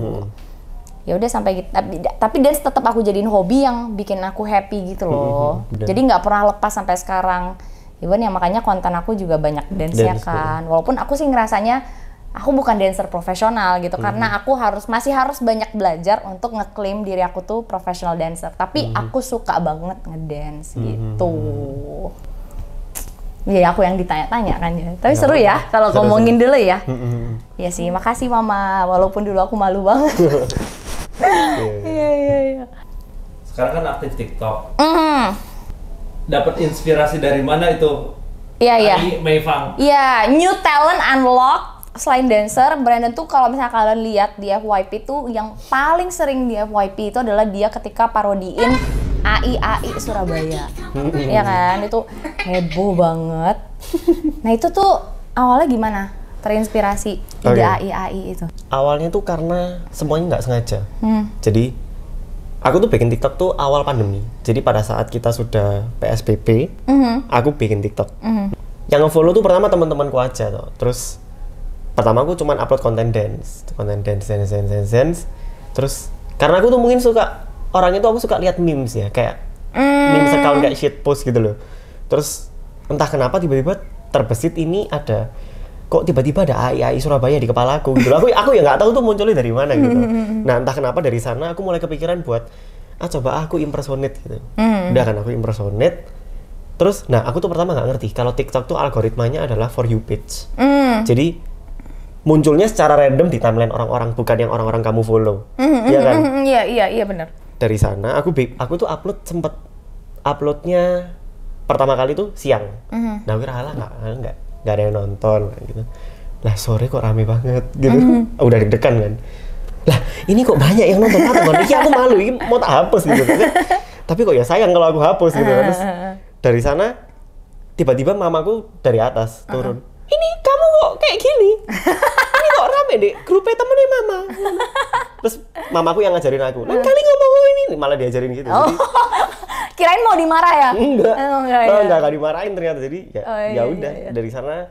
Ya udah sampai gitu. Tapi dance tetap aku jadiin hobi yang bikin aku happy gitu loh. Jadi nggak pernah lepas sampai sekarang. Even ya makanya konten aku juga banyak dance ya kan. Walaupun aku sih ngerasanya aku bukan dancer profesional gitu, karena aku masih harus banyak belajar untuk ngeklaim diri aku tuh professional dancer. Tapi aku suka banget ngedance gitu. Iya, aku yang ditanya-tanya kan ya. Tapi seru ya kalau ngomongin dulu ya. Iya sih, makasih Mama. Walaupun dulu aku malu banget. Iya. Sekarang kan aktif TikTok. Dapat inspirasi dari mana itu? Iya. Mei Fang. Iya, new talent unlock. Selain dancer, Brandon tuh kalau misalnya kalian lihat di FYP tuh yang paling sering di FYP itu adalah dia ketika parodiin AI Surabaya. Iya kan? Itu heboh banget. Nah, itu tuh awalnya gimana? terinspirasi ide AI itu? Awalnya tuh karena semuanya nggak sengaja. Jadi aku tuh bikin TikTok tuh awal pandemi. Jadi pada saat kita sudah PSBB, aku bikin TikTok. Yang nge-follow tuh pertama teman-temanku aja tuh. Terus pertama aku cuman upload konten dance. Terus karena aku tuh mungkin suka orangnya tuh aku suka lihat memes ya, kayak memes account kayak shitpost gitu loh. Terus entah kenapa tiba-tiba terbesit ini ada, kok tiba-tiba ada AI Surabaya di kepala aku gitu. Aku ya nggak tahu tuh munculnya dari mana gitu. Nah entah kenapa dari sana aku mulai kepikiran buat coba aku impersonate gitu. Udah kan aku impersonate. Terus nah aku tuh pertama nggak ngerti kalau TikTok tuh algoritmanya adalah for you page. Jadi munculnya secara random di timeline orang-orang, bukan yang orang-orang kamu follow. Iya kan? Iya benar. Dari sana aku tuh sempet uploadnya pertama kali tuh siang. Nah aku kira nggak ada yang nonton gitu. Lah sore kok rame banget gitu. Udah deg-degan kan. Lah ini kok banyak yang nonton ini aku malu, ini mau tak hapus gitu kan. Tapi kok ya sayang kalau aku hapus gitu. Terus dari sana tiba-tiba mamaku dari atas turun. Ini kamu kok kayak gini? Ini kok rame deh, grupnya temennya mama. Terus mamaku yang ngajarin aku, lain kali ngomong ini, malah diajarin gitu. Jadi, kirain mau dimarah ya? Enggak dimarahin ternyata. Jadi ya udah dari sana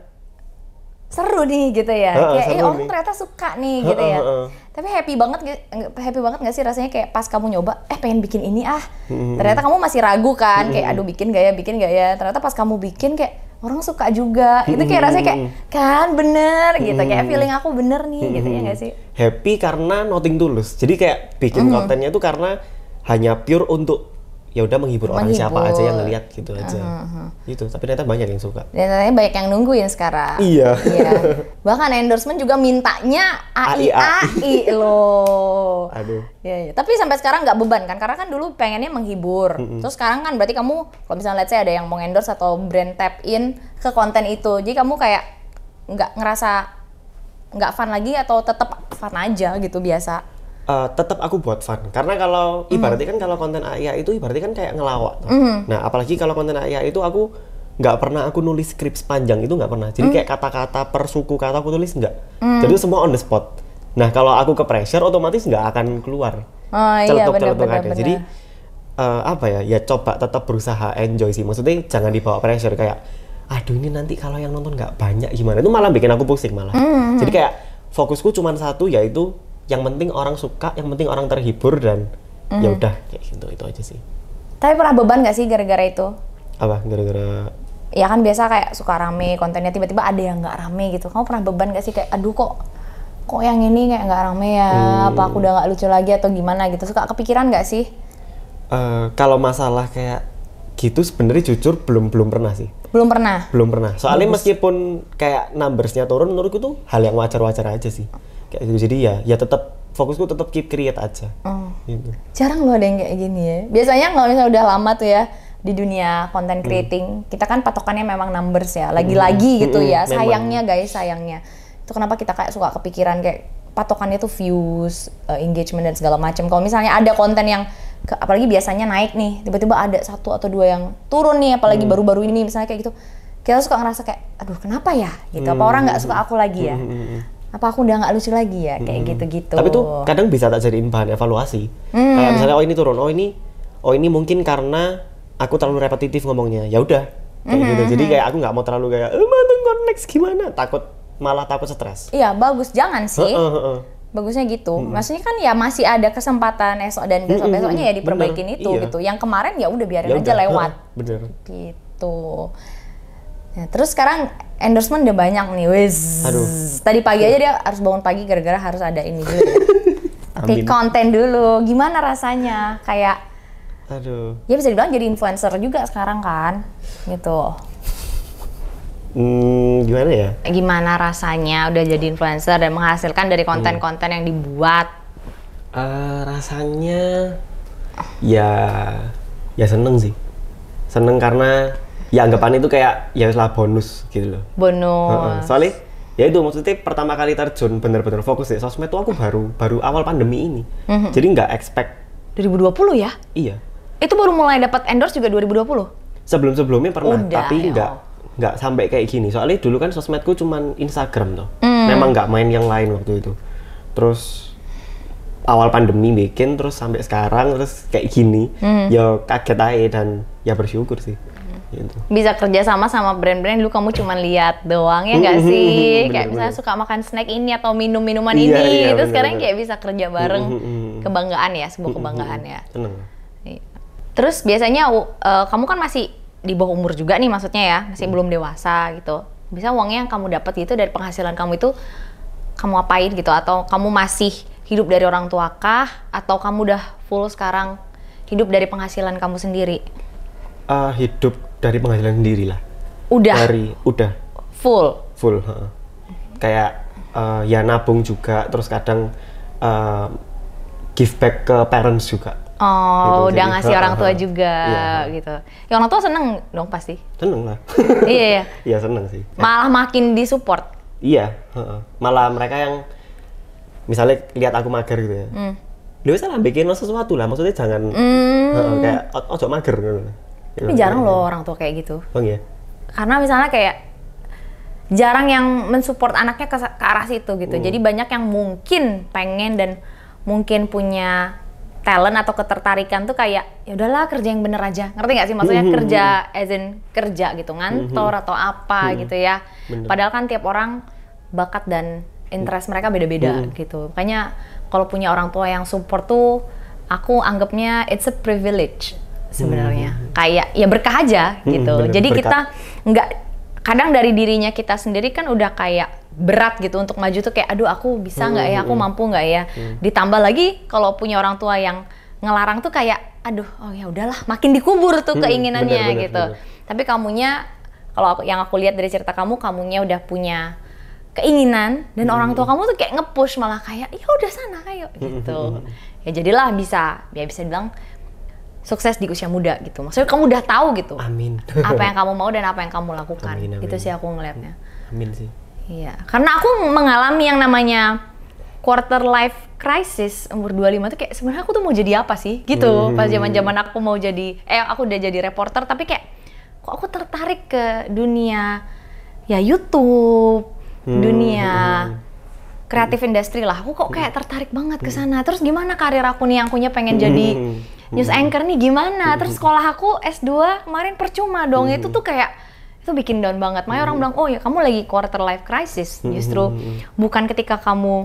seru nih gitu ya. Kayak orang ternyata suka nih gitu ya. Tapi happy banget nggak sih rasanya kayak pas kamu nyoba, pengen bikin ini ternyata kamu masih ragu kan, kayak aduh bikin gak ya. Ternyata pas kamu bikin kayak orang suka juga. Itu kayak rasanya kayak kan bener gitu, kayak feeling aku bener nih gitu ya nggak sih? Happy karena nothing tulus. Jadi kayak bikin kontennya tuh karena hanya pure untuk ya udah menghibur orang siapa aja yang ngeliat gitu aja. Gitu. Tapi ternyata banyak yang suka. Dan ternyata banyak yang nungguin sekarang. Iya. Bahkan endorsement juga mintanya AI loh. Aduh. Iya. Tapi sampai sekarang nggak beban kan? Karena kan dulu pengennya menghibur. Terus sekarang kan berarti kamu kalau misalnya let's say ada yang mau endorse atau brand tap in ke konten itu, jadi kamu kayak nggak ngerasa nggak fun lagi atau tetap fun aja gitu biasa? Tetap aku buat fun, karena kalau ibaratnya kan kalau konten AI itu ibaratnya kan kayak ngelawak. Nah apalagi kalau konten AI itu aku nggak pernah aku nulis skrip sepanjang itu, nggak pernah. Jadi kayak kata-kata per suku kata aku tulis nggak. Jadi semua on the spot. Nah kalau aku ke pressure otomatis nggak akan keluar. Celetuk-celetuk aja. Jadi ya coba tetap berusaha enjoy sih. Maksudnya jangan dibawa pressure kayak aduh ini nanti kalau yang nonton nggak banyak gimana. Itu malah bikin aku pusing malah. Jadi kayak fokusku cuma satu, yaitu yang penting orang suka, yang penting orang terhibur, dan ya udah kayak gitu, itu aja sih. Tapi pernah beban nggak sih gara-gara itu? Apa? Gara-gara? Ya kan biasa kayak suka rame kontennya, tiba-tiba ada yang nggak rame gitu. Kamu pernah beban nggak sih kayak aduh kok yang ini kayak nggak rame ya? Apa aku udah nggak lucu lagi atau gimana gitu? Suka kepikiran nggak sih? Kalau masalah kayak gitu sebenarnya jujur belum pernah sih. Belum pernah. Soalnya meskipun kayak numbersnya turun, menurutku tuh hal yang wajar-wajar aja sih. Kayak gitu. Jadi ya tetap fokusku tetap keep create aja. Gitu. Jarang loh ada yang kayak gini ya. Biasanya kalau misalnya udah lama tuh ya di dunia content creating, kita kan patokannya memang numbers ya. Lagi-lagi gitu ya. Sayangnya guys, itu kenapa kita kayak suka kepikiran kayak patokannya tuh views, engagement dan segala macam. Kalau misalnya ada konten yang apalagi biasanya naik nih, tiba-tiba ada 1 atau 2 yang turun nih, apalagi baru-baru ini misalnya kayak gitu. Kita suka ngerasa kayak aduh kenapa ya gitu. Apa orang nggak suka aku lagi ya? Apa aku udah nggak lucu lagi ya, kayak gitu-gitu. Tapi tuh kadang bisa tak jadiin bahan evaluasi. Kayak misalnya ini turun, oh ini mungkin karena aku terlalu repetitif ngomongnya. Ya udah kayak gitu. Jadi kayak aku nggak mau terlalu kayak next gimana, malah takut stres. Iya bagus, jangan sih. Bagusnya gitu. Maksudnya kan ya masih ada kesempatan esok dan besok-besoknya ya diperbaikin itu gitu. Yang kemarin ya udah biarin aja lewat. Bener. Gitu. Nah, terus sekarang endorsement udah banyak nih, wes. Tadi pagi aja dia harus bangun pagi gara-gara harus ada ini dulu. Take konten dulu. Gimana rasanya? Kayak, ya bisa dibilang jadi influencer juga sekarang kan, gitu. Gimana ya? Gimana rasanya udah jadi influencer dan menghasilkan dari konten-konten yang dibuat? Rasanya, ya seneng sih. Seneng karena ya anggapan itu kayak ya lah bonus gitu loh. Bonus. Soalnya ya itu maksudnya pertama kali terjun bener-bener fokus di sosmed tuh aku baru awal pandemi ini. Jadi nggak expect. 2020 ya? Iya. Itu baru mulai dapat endorse juga 2020? Sebelum-sebelumnya pernah, tapi nggak sampai kayak gini. Soalnya dulu kan sosmedku cuman Instagram tuh. Memang nggak main yang lain waktu itu. Terus awal pandemi bikin, terus sampai sekarang terus kayak gini. Ya kaget aja dan ya bersyukur sih. Gitu. Bisa kerja sama brand-brand dulu kamu cuma lihat doang ya nggak sih? Kayak misalnya suka makan snack ini atau minum minuman ini, itu bener, sekarang kayak bisa kerja bareng. Kebanggaan ya, sebuah kebanggaan ya. Seneng. Terus biasanya kamu kan masih di bawah umur juga nih, maksudnya ya masih belum dewasa gitu. Bisa uangnya yang kamu dapat gitu dari penghasilan kamu itu kamu apain gitu? Atau kamu masih hidup dari orang tua kah? Atau kamu udah full sekarang hidup dari penghasilan kamu sendiri? Hidup dari penghasilan sendiri lah. Udah full. Kayak ya nabung juga, terus kadang give back ke parents juga. Oh, gitu. udah Jadi, ngasih orang tua juga gitu. Ya orang tua seneng dong pasti. Seneng lah. Iya. Iya seneng sih. Malah makin disupport. Iya. Malah mereka yang misalnya lihat aku mager gitu ya. Lu salah bikin sesuatu lah, maksudnya jangan kayak ojo mager gitu. Tapi jarang loh orang tua kayak gitu. Oh iya? Karena misalnya kayak jarang yang mensupport anaknya ke arah situ gitu. Jadi banyak yang mungkin pengen dan mungkin punya talent atau ketertarikan tuh kayak ya udahlah kerja yang bener aja. Ngerti nggak sih maksudnya kerja as in kerja gitu, ngantor atau apa gitu ya. Bener. Padahal kan tiap orang bakat dan interest mereka beda-beda gitu. Makanya kalau punya orang tua yang support tuh aku anggapnya it's a privilege sebenarnya. Kayak ya berkah aja gitu. Bener, jadi berkat. kita nggak, kadang dari dirinya kita sendiri kan udah kayak berat gitu untuk maju tuh kayak aduh aku bisa nggak ya, aku mampu nggak ya. Ditambah lagi kalau punya orang tua yang ngelarang tuh kayak aduh oh ya udahlah makin dikubur tuh keinginannya bener, gitu. Tapi kamunya kalau yang aku lihat dari cerita kamunya udah punya keinginan dan orang tua kamu tuh kayak nge-push malah kayak ya udah sana ayo gitu. Ya jadilah bisa bilang sukses di usia muda gitu. Maksudnya kamu udah tahu gitu. Amin. Apa yang kamu mau dan apa yang kamu lakukan. Amin. Gitu sih aku ngelihatnya. Amin sih. Iya. Karena aku mengalami yang namanya quarter life crisis umur 25 tuh kayak sebenarnya aku tuh mau jadi apa sih? Gitu. Pas zaman-zaman aku mau jadi aku udah jadi reporter tapi kayak kok aku tertarik ke dunia ya YouTube, dunia kreatif industri lah. Aku kok kayak tertarik banget ke sana. Terus gimana karir aku nih yang punya pengen jadi news anchor nih gimana? Terus sekolah aku S2 kemarin percuma dong. Itu tuh kayak itu bikin down banget. Makanya orang bilang, "Oh ya, kamu lagi quarter life crisis." Justru bukan ketika kamu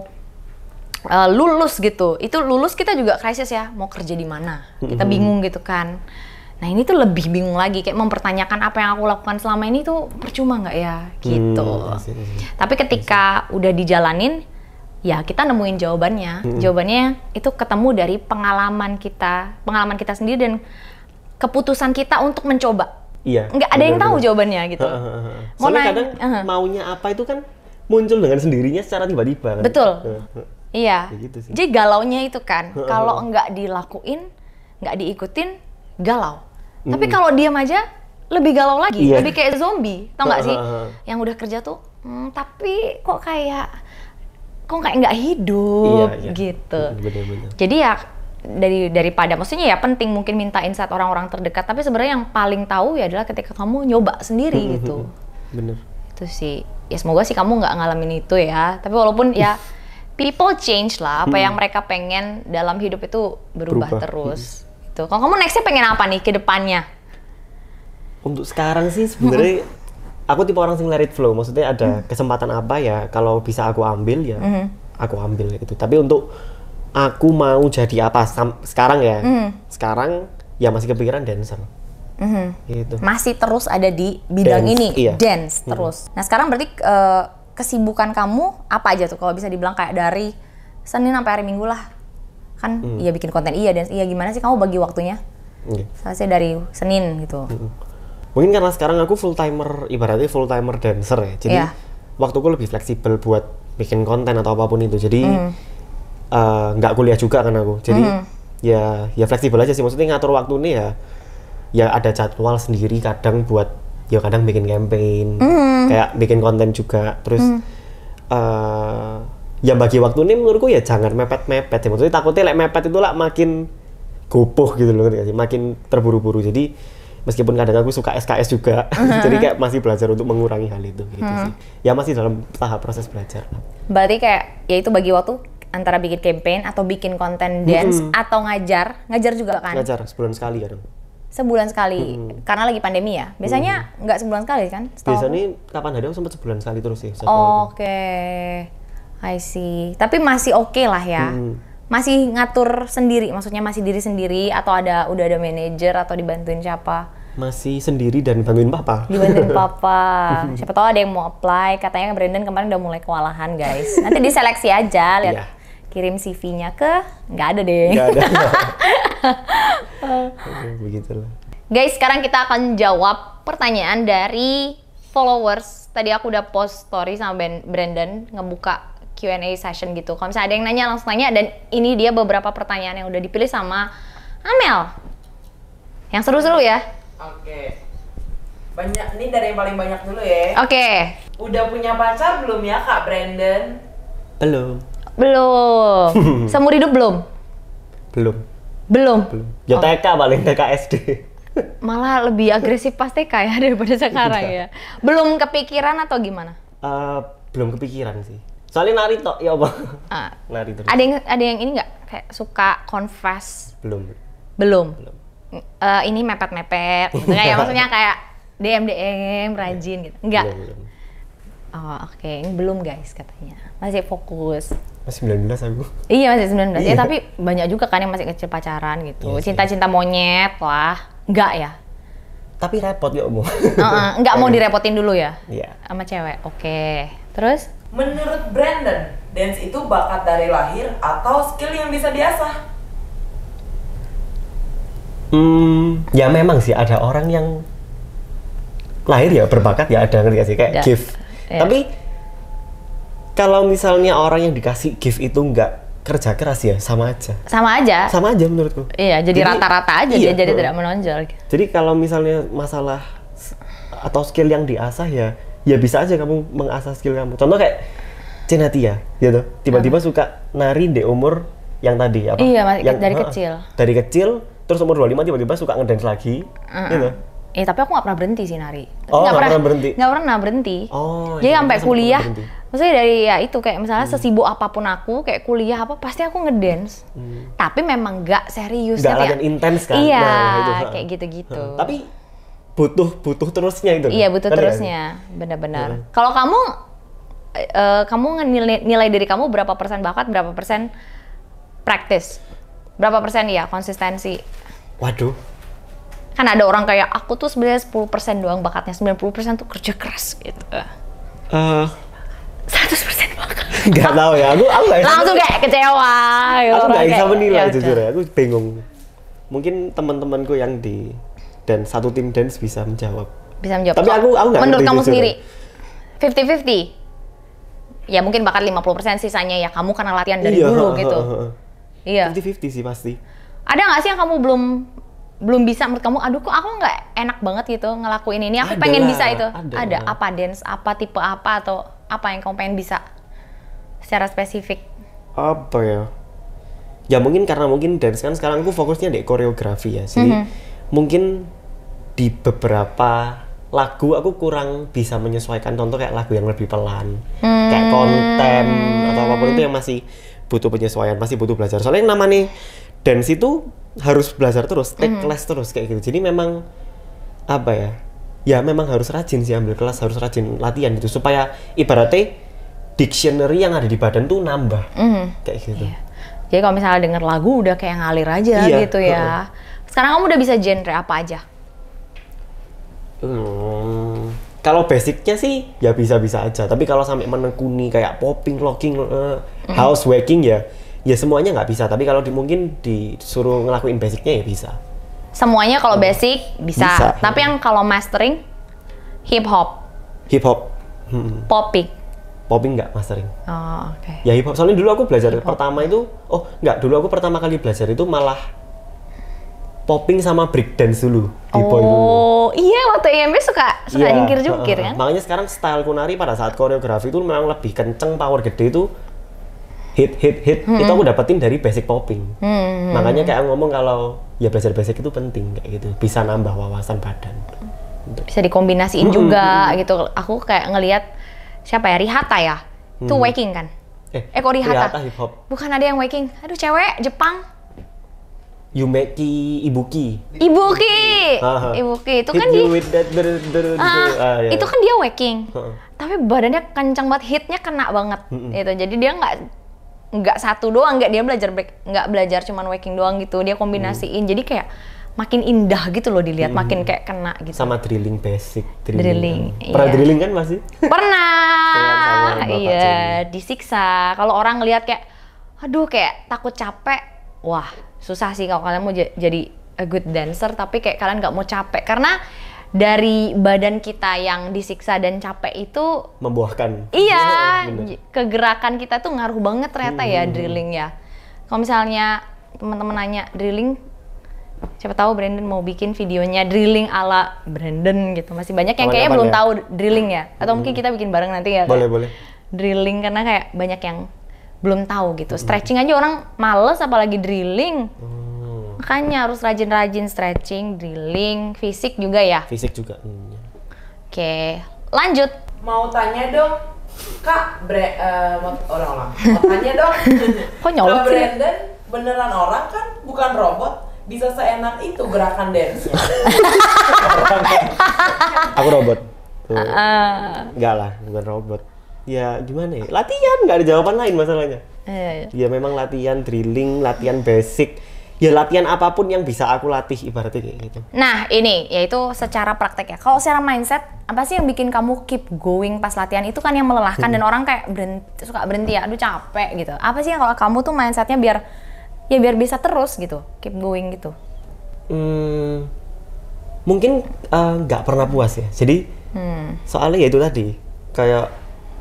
lulus gitu. Itu lulus kita juga krisis ya, mau kerja di mana? Kita bingung gitu kan. Nah, ini tuh lebih bingung lagi kayak mempertanyakan apa yang aku lakukan selama ini tuh percuma nggak ya gitu. Tapi ketika udah dijalanin ya kita nemuin jawabannya. Jawabannya itu ketemu dari pengalaman kita sendiri dan keputusan kita untuk mencoba. Iya. Nggak ada yang tahu jawabannya gitu. Soalnya kadang maunya apa itu kan muncul dengan sendirinya secara tiba-tiba kan. Betul. Iya. Gitu sih. Jadi galaunya itu kan kalau nggak dilakuin, nggak diikutin, galau. Tapi kalau diam aja lebih galau lagi, lebih kayak zombie, tau nggak sih? Yang udah kerja tuh, tapi kok kayak nggak hidup gitu. Bener-bener. Jadi ya daripada maksudnya ya penting mungkin minta insight orang-orang terdekat, tapi sebenarnya yang paling tahu ya adalah ketika kamu nyoba sendiri gitu. Bener. Itu sih. Ya semoga sih kamu nggak ngalamin itu ya. Tapi walaupun ya people change lah, apa yang mereka pengen dalam hidup itu berubah terus. Gitu. Kalau kamu nextnya pengen apa nih ke depannya? Untuk sekarang sih sebenarnya aku tipe orang sing let it flow, maksudnya ada kesempatan apa ya kalau bisa aku ambil ya aku ambil gitu. Tapi untuk aku mau jadi apa sekarang ya, sekarang ya masih kepikiran dancer. Gitu. Masih terus ada di bidang Dance, ini, iya. dance terus. Nah sekarang berarti kesibukan kamu apa aja tuh kalau bisa dibilang kayak dari Senin sampai hari Minggu lah. Kan iya bikin konten iya, dance iya, gimana sih kamu bagi waktunya? Selesai dari Senin gitu. Mungkin karena sekarang aku full timer, ibaratnya full timer dancer ya. Jadi waktuku lebih fleksibel buat bikin konten atau apapun itu. Jadi nggak kuliah juga kan aku. Jadi ya fleksibel aja sih. Maksudnya ngatur waktu ini ya ada jadwal sendiri kadang buat ya kadang bikin campaign, kayak bikin konten juga. Terus ya bagi waktu ini menurutku ya jangan mepet-mepet ya. Maksudnya takutnya mepet itu makin gopoh gitu loh, makin terburu-buru. Jadi Meskipun kadang aku suka SKS juga, jadi kayak masih belajar untuk mengurangi hal itu gitu sih. Ya masih dalam tahap proses belajar. Berarti kayak ya itu bagi waktu antara bikin campaign atau bikin konten dance atau ngajar juga kan? Ngajar sebulan sekali ya dong. Sebulan sekali, karena lagi pandemi ya. Biasanya nggak sebulan sekali kan? Biasanya kapan ada aku sempat sebulan sekali terus sih. Oke, I see. Tapi masih oke lah ya. Masih ngatur sendiri, maksudnya masih diri sendiri atau udah ada manajer atau dibantuin siapa? Masih sendiri dan bantuin papa. Dibantuin papa. Siapa tahu ada yang mau apply, katanya Brandon kemarin udah mulai kewalahan guys. Nanti diseleksi aja, lihat kirim CV-nya ke, nggak ada deh. Nggak ada. Begitulah. Guys, sekarang kita akan jawab pertanyaan dari followers. Tadi aku udah post story sama Brandon ngebuka Q&A session gitu. Kalau misalnya ada yang nanya, langsung tanya. Dan ini dia beberapa pertanyaan yang udah dipilih sama Amel. Yang seru-seru ya. Oke. Banyak, ini dari yang paling banyak dulu ya. Oke. Udah punya pacar belum ya Kak Brandon? Belum. Seumur hidup belum? Belum. Ya TK paling, TK SD. Malah lebih agresif pas TK ya daripada sekarang ya. Belum kepikiran atau gimana? Belum kepikiran sih. Soalnya nari tok, ya apa? Nari terus. Ada yang ini nggak kayak suka confess? Belum. Ini mepet-mepet, gitu ya. Maksudnya kayak DM rajin gitu. Enggak. Belum. Oh, oke. Ini belum guys katanya. Masih fokus. Masih 19 aku. Iya, masih 19. Iya. Ya tapi banyak juga kan yang masih kecil pacaran gitu. Iya, Cinta-cinta monyet lah. Enggak ya? Tapi repot ya Om. Enggak mau direpotin dulu ya? Iya. Sama cewek. Oke. Terus? Menurut Brandon, dance itu bakat dari lahir atau skill yang bisa diasah? Ya memang sih ada orang yang lahir ya berbakat ya, ada ngerti gak sih kayak gift. Ya. Tapi kalau misalnya orang yang dikasih gift itu nggak kerja keras ya sama aja. Sama aja menurutku. Iya, jadi rata-rata aja iya, dia jadi tidak menonjol. Jadi kalau misalnya masalah atau skill yang diasah ya bisa aja kamu mengasah skill kamu. Contoh kayak Cenatia gitu. Tiba-tiba suka nari di umur yang tadi apa? Iya, dari kecil. Dari kecil terus umur 25 tiba-tiba suka ngedance lagi gitu. Tapi aku nggak pernah berhenti sih nari. Oh, nggak pernah berhenti? Nggak pernah berhenti. Oh, jadi iya, sampai kuliah, berhenti. maksudnya dari ya itu kayak misalnya sesibuk apapun aku, kayak kuliah apa, pasti aku ngedance. Tapi memang nggak serius. Nggak latihan intens kan? Iya, itu, kayak gitu-gitu. Tapi butuh terusnya itu. Iya, butuh terusnya, benar-benar. Kalau kamu nilai diri kamu berapa persen bakat, berapa persen praktis? Berapa persen ya konsistensi? Waduh. Kan ada orang kayak aku tuh sebenarnya 10% doang bakatnya, 90% tuh kerja keras gitu. 100% bakat. Nggak tahu ya, aku nggak bisa. Langsung kayak kecewa. Aku nggak bisa menilai ya jujur ya, aku bingung. Mungkin teman-temanku yang di dan satu tim dance bisa menjawab. Bisa menjawab. Tapi aku nggak. Menurut kamu jujur. sendiri, 50-50? Ya mungkin bakat 50%, sisanya ya kamu karena latihan dari dulu gitu. Iya. 50-50 sih pasti. Ada nggak sih yang kamu belum bisa menurut kamu? Aduh, kok aku nggak enak banget gitu ngelakuin ini. Aku pengen bisa itu. Ada apa dance? Apa tipe apa atau apa yang kamu pengen bisa? Secara spesifik. Apa ya? Ya mungkin karena dance kan sekarang aku fokusnya di koreografi ya. Jadi mungkin di beberapa lagu aku kurang bisa menyesuaikan. Contoh kayak lagu yang lebih pelan, kayak Kontem atau apapun itu yang masih butuh penyesuaian, masih butuh belajar. Soalnya yang namanya dance itu harus belajar terus, take class terus kayak gitu. Jadi memang apa ya? Ya memang harus rajin sih ambil kelas, harus rajin latihan gitu supaya ibaratnya dictionary yang ada di badan tuh nambah kayak gitu. Iya. Jadi kalau misalnya denger lagu udah kayak ngalir aja gitu ya. Sekarang kamu udah bisa genre apa aja? Kalau basicnya sih ya bisa-bisa aja. Tapi kalau sampai menekuni kayak popping, locking, house, waking ya semuanya nggak bisa. Tapi kalau mungkin disuruh ngelakuin basicnya ya bisa. Semuanya kalau basic bisa. Tapi yang kalau mastering hip hop. Popping nggak mastering. Oh, oke. Ya hip hop. Soalnya dulu aku belajar pertama itu, dulu aku pertama kali belajar itu malah popping sama break dance dulu. Oh, iya waktu IMB suka jungkir-jungkir kan? Makanya sekarang style kunari pada saat koreografi itu memang lebih kenceng, power gede itu hit itu aku dapetin dari basic popping. Makanya kayak ngomong kalau ya belajar basic itu penting kayak gitu, bisa nambah wawasan badan. Bisa dikombinasiin juga gitu. Aku kayak ngelihat siapa ya, Rihata ya, itu waking kan? Kok Rihata? Hip hop. Bukan ada yang waking? Aduh, cewek Jepang. Yumeki Ibuki itu kan dia itu kan dia waking, tapi badannya kencang banget, hitnya kena banget gitu. Jadi dia nggak satu doang, nggak dia nggak belajar cuman waking doang gitu, dia kombinasiin. Jadi kayak makin indah gitu loh dilihat, makin kayak kena gitu. Sama drilling basic. Drilling. Pernah drilling kan masih? Pernah. Iya, disiksa. Kalau orang ngelihat kayak aduh kayak takut capek, wah susah sih kalau kalian mau jadi a good dancer tapi kayak kalian nggak mau capek, karena dari badan kita yang disiksa dan capek itu membuahkan. Iya, kegerakan kita tuh ngaruh banget ternyata ya drilling ya. Kalau misalnya teman-teman nanya drilling, siapa tahu Brandon mau bikin videonya drilling ala Brandon gitu. Masih banyak yang kayaknya belum tahu drilling ya. Atau mungkin kita bikin bareng nanti ya. Boleh. Drilling karena kayak banyak yang belum tahu gitu. Stretching aja orang males apalagi drilling. Makanya harus rajin-rajin stretching, drilling, fisik juga ya. Fisik juga. Oke, lanjut. Mau tanya dong, Kak, orang-orang. Mau tanya dong. Kok nyolot Kak sih? Brandon beneran orang kan, bukan robot. Bisa seenak itu gerakan dance. Aku robot. Enggak lah, bukan robot. Ya gimana ya? Latihan, nggak ada jawaban lain masalahnya. Ya memang latihan drilling, latihan basic. Ya latihan apapun yang bisa aku latih ibaratnya kayak gitu. Nah ini yaitu secara praktek ya. Kalau secara mindset, apa sih yang bikin kamu keep going pas latihan? Itu kan yang melelahkan dan orang kayak suka berhenti ya, aduh capek gitu. Apa sih yang kalau kamu tuh mindsetnya biar bisa terus gitu, keep going gitu? Mungkin nggak pernah puas ya. Jadi soalnya ya itu tadi kayak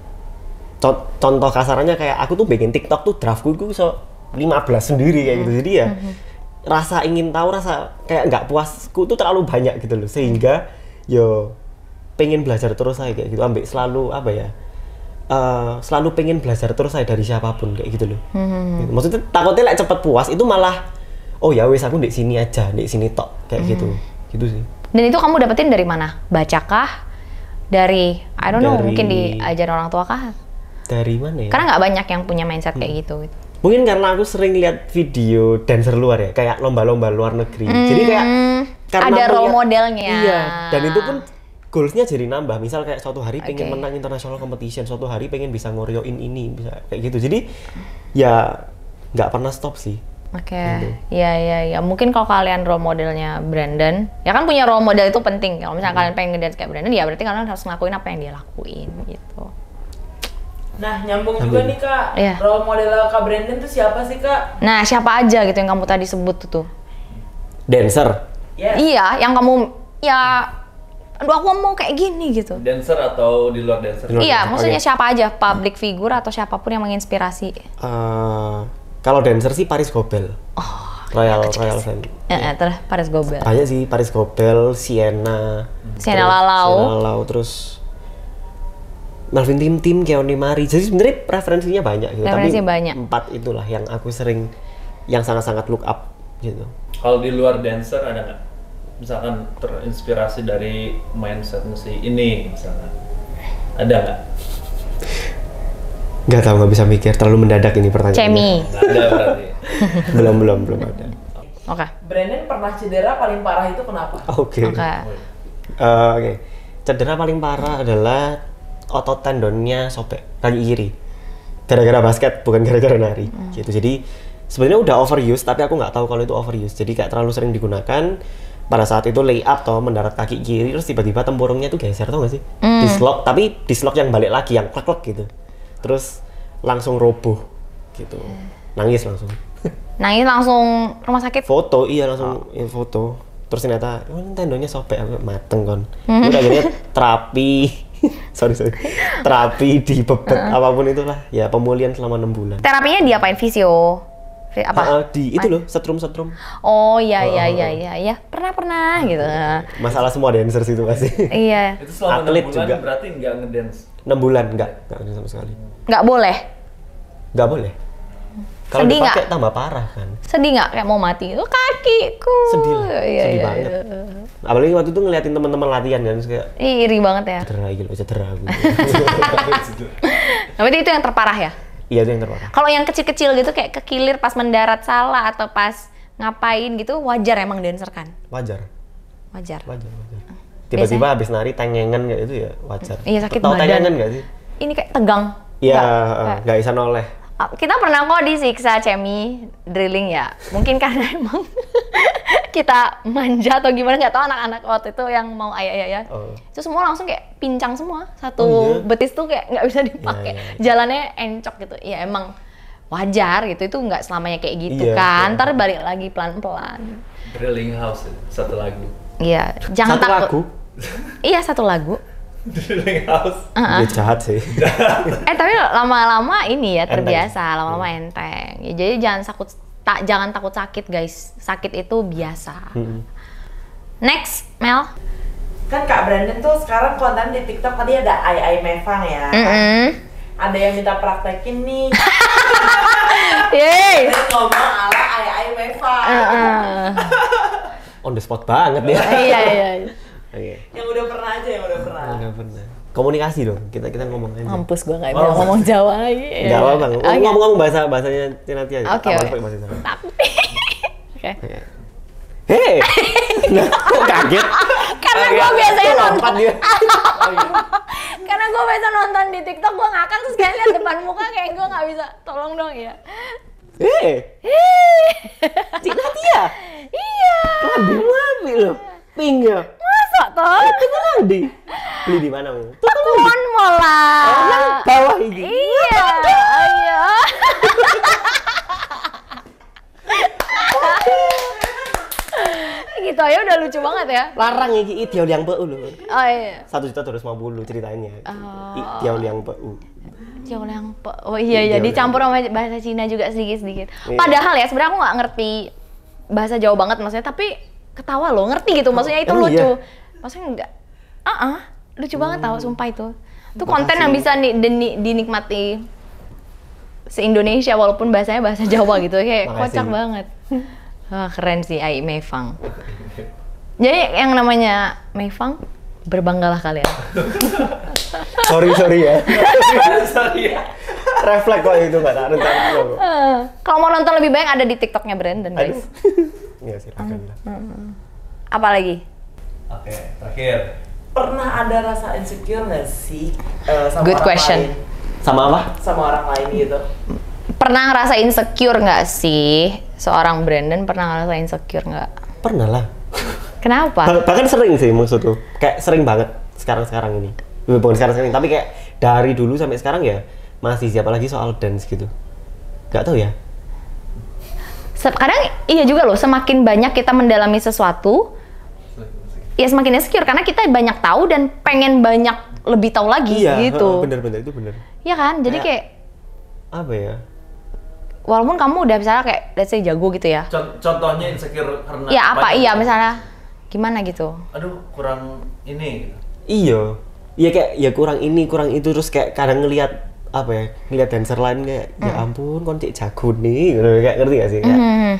contoh kasarannya kayak aku tuh bikin TikTok tuh draftku itu 15 sendiri kayak gitu. Jadi ya rasa ingin tahu, rasa kayak nggak puasku tuh terlalu banyak gitu loh, sehingga yo pengen belajar terus saya kayak gitu, ambil selalu apa ya, selalu pengen belajar terus saya dari siapapun kayak gitu loh. Gitu. Maksudnya takutnya like, cepet puas itu malah oh ya wes aku di sini aja, di sini tok kayak gitu sih. Dan itu kamu dapetin dari mana? Bacakah? Dari I don't know, mungkin diajarin orang tua kah? Dari mana ya? Karena nggak banyak yang punya mindset kayak gitu. Mungkin karena aku sering lihat video dancer luar ya, kayak lomba-lomba luar negeri. Jadi kayak karena ada role modelnya. Iya, dan itu pun goalsnya jadi nambah. Misal kayak suatu hari pengen menang international competition, suatu hari pengen bisa ngoryoin ini, bisa kayak gitu. Jadi ya nggak pernah stop sih. Oke, iya. Mungkin kalau kalian role modelnya Brandon, ya kan punya role model itu penting. Kalau misalnya kalian pengen ngedance kayak Brandon, ya berarti kalian harus ngelakuin apa yang dia lakuin gitu. Nah, nyambung juga nih Kak, role model Kak Brandon tuh siapa sih Kak? Nah, siapa aja gitu yang kamu tadi sebut tuh? Dancer? Yes. Iya, yang kamu, ya, aduh aku mau kayak gini gitu. Dancer atau di luar dancer? Iya, maksudnya siapa aja, public figure atau siapapun yang menginspirasi? Kalau dancer sih Paris Gobel. Royal Family. Terus Paris Gobel. Banyak sih, Paris Gobel, Sienna Lalau, terus Melvin Tim, Keone Mari. Jadi sebenarnya referensinya banyak gitu. Tapi banyak. 4 itulah yang aku sering, yang sangat-sangat look up gitu. Kalau di luar dancer ada nggak? Misalkan terinspirasi dari mindset si ini misalkan. Ada nggak? Nggak tahu, nggak bisa mikir, terlalu mendadak ini pertanyaannya. Cemi. Nggak ada berarti. belum ada. Oke. Brandon pernah cedera paling parah itu kenapa? Oke. Cedera paling parah adalah otot tendonnya sobek kaki kiri. Gara-gara basket, bukan gara-gara nari. Gitu. Jadi sebenarnya udah overuse, tapi aku nggak tahu kalau itu overuse. Jadi kayak terlalu sering digunakan. Pada saat itu lay up toh, mendarat kaki kiri, terus tiba-tiba tempurungnya tuh geser, tau gak sih? Dislok, tapi dislok yang balik lagi, yang klek-klek gitu. Terus langsung roboh gitu. Nangis langsung. Nangis langsung rumah sakit? Foto, iya langsung foto. Terus ternyata tendonnya sobek, mateng kan. Udah akhirnya terapi. sorry. Terapi di bebet apapun itulah. Ya pemulihan selama 6 bulan. Terapinya diapain? Visio? Apa? Itu loh, setrum. Oh iya. Pernah gitu. Masalah semua dancers itu pasti. Iya. Itu selama 6 Atlet bulan juga. berarti nggak ngedance? 6 bulan, enggak sama sekali. Nggak boleh? Nggak boleh. Kalau Sedih dipakai nggak? tambah parah kan. Sedih nggak kayak mau mati? Itu kakiku. Sedih lah, Iya, sedih iya, banget. iya. Apalagi waktu itu ngeliatin teman-teman latihan kan, terus kayak Ih, iri banget ya. cedera gitu, cedera aku. Tapi itu yang terparah ya? Iya itu yang terparah. Kalau yang kecil-kecil gitu kayak kekilir pas mendarat salah atau pas ngapain gitu wajar emang dancer kan? Wajar. Wajar. Tiba-tiba habis nari tengengan kayak itu ya wajar. Iya, sakit Tahu badan. tengengan nggak sih? Ini kayak tegang. Iya, Nggak. nggak bisa noleh. Kita pernah kok disiksa Cemi drilling ya. Mungkin karena emang kita manja atau gimana nggak tahu anak-anak waktu itu yang mau ayah-ayah. Oh. Itu semua langsung kayak pincang semua. Satu Oh, iya? betis tuh kayak nggak bisa dipakai. Iya, iya. Jalannya encok gitu. Ya emang wajar gitu. Itu nggak selamanya kayak gitu Iya, kan. iya. Ntar balik lagi pelan-pelan. Drilling House satu lagu. Iya, jangan Satu takut. lagu, Iya, satu lagu. Drilling House. dia jahat sih. Tapi lama-lama ini ya Enteng. terbiasa, lama-lama enteng. Ya, jadi jangan takut sakit guys. Sakit itu biasa. Next, Mel. Kan Kak Brandon tuh sekarang konten di TikTok tadi ada Ai Mevang ya. Ada yang minta praktekin nih. Yeay. Dia ngomong ala Ai Mevang. On the spot banget ya. Iya. Oke. Yang udah pernah aja, yang udah pernah. Nggak pernah. Komunikasi dong, kita ngomong aja. Mampus gue nggak bisa ngomong Jawa lagi. Nggak apa-apa, Oke. ngomong bahasanya nanti aja. Oke. Aman, pakai bahasa Jawa. Tapi. Oke. Hei, nah, kok kaget? Karena gue biasanya Lompat nonton. dia. Karena gue biasa nonton di TikTok gue ngakak terus kayak lihat depan muka kayak gue nggak bisa. Tolong dong ya. Hei, Cik Nadia. Iya. Ngabi loh, pink ya. Masa toh? Itu Nadi. Beli di mana? Tekun mola. Yang bawah ini. Iya. Iya. Gitu aja udah lucu banget ya. Larang iki ideal yang bau loh. Oh iya. 1.250 ceritanya. Oh. Ideal yang bau. Jangan yang oh iya ya Ideal dicampur sama bahasa Cina juga sedikit-sedikit. Iya. Padahal ya sebenarnya aku nggak ngerti bahasa Jawa banget maksudnya, tapi ketawa loh, ngerti gitu. Maksudnya itu Emang lucu. iya? Maksudnya enggak. Lucu banget tau, sumpah itu. Itu Makasih. konten yang bisa dinikmati se-Indonesia walaupun bahasanya bahasa Jawa gitu. Kayak Makasih. kocak banget. Wah, keren sih Ai Mevang. Jadi yang namanya Mevang, berbanggalah kalian. Sorry ya. Sorry ya. Refleks kok itu nggak tak rencana loh. Kalau mau nonton lebih banyak ada di TikToknya Brandon guys. Iya silakan. Apa lagi? Oke, terakhir. Pernah ada rasa insecure nggak sih sama Good orang question. lain? Sama apa? Sama orang lain gitu. Pernah ngerasa insecure nggak sih? Seorang Brandon pernah ngerasa insecure nggak? Pernah lah. Kenapa? Bahkan sering sih maksudku. Kayak sering banget sekarang ini. Bukan sekarang tapi kayak dari dulu sampai sekarang ya masih siapa lagi soal dance gitu. Gak tahu ya. Kadang iya juga loh, semakin banyak kita mendalami sesuatu, ya semakin insecure karena kita banyak tahu dan pengen banyak lebih tahu lagi gitu. Bener itu bener. Iya kan? Jadi kayak Apa ya? walaupun kamu udah misalnya kayak let's say jago gitu ya. Contohnya insecure karena Ya apa banyak- iya misalnya gimana gitu. Aduh, kurang ini gitu. Iya. Iya kayak ya kurang ini, kurang itu terus kayak kadang ngelihat apa ya? Ngelihat dancer lain kayak ya ampun kon cek jago nih gitu. Kayak ngerti gak sih? Kayak,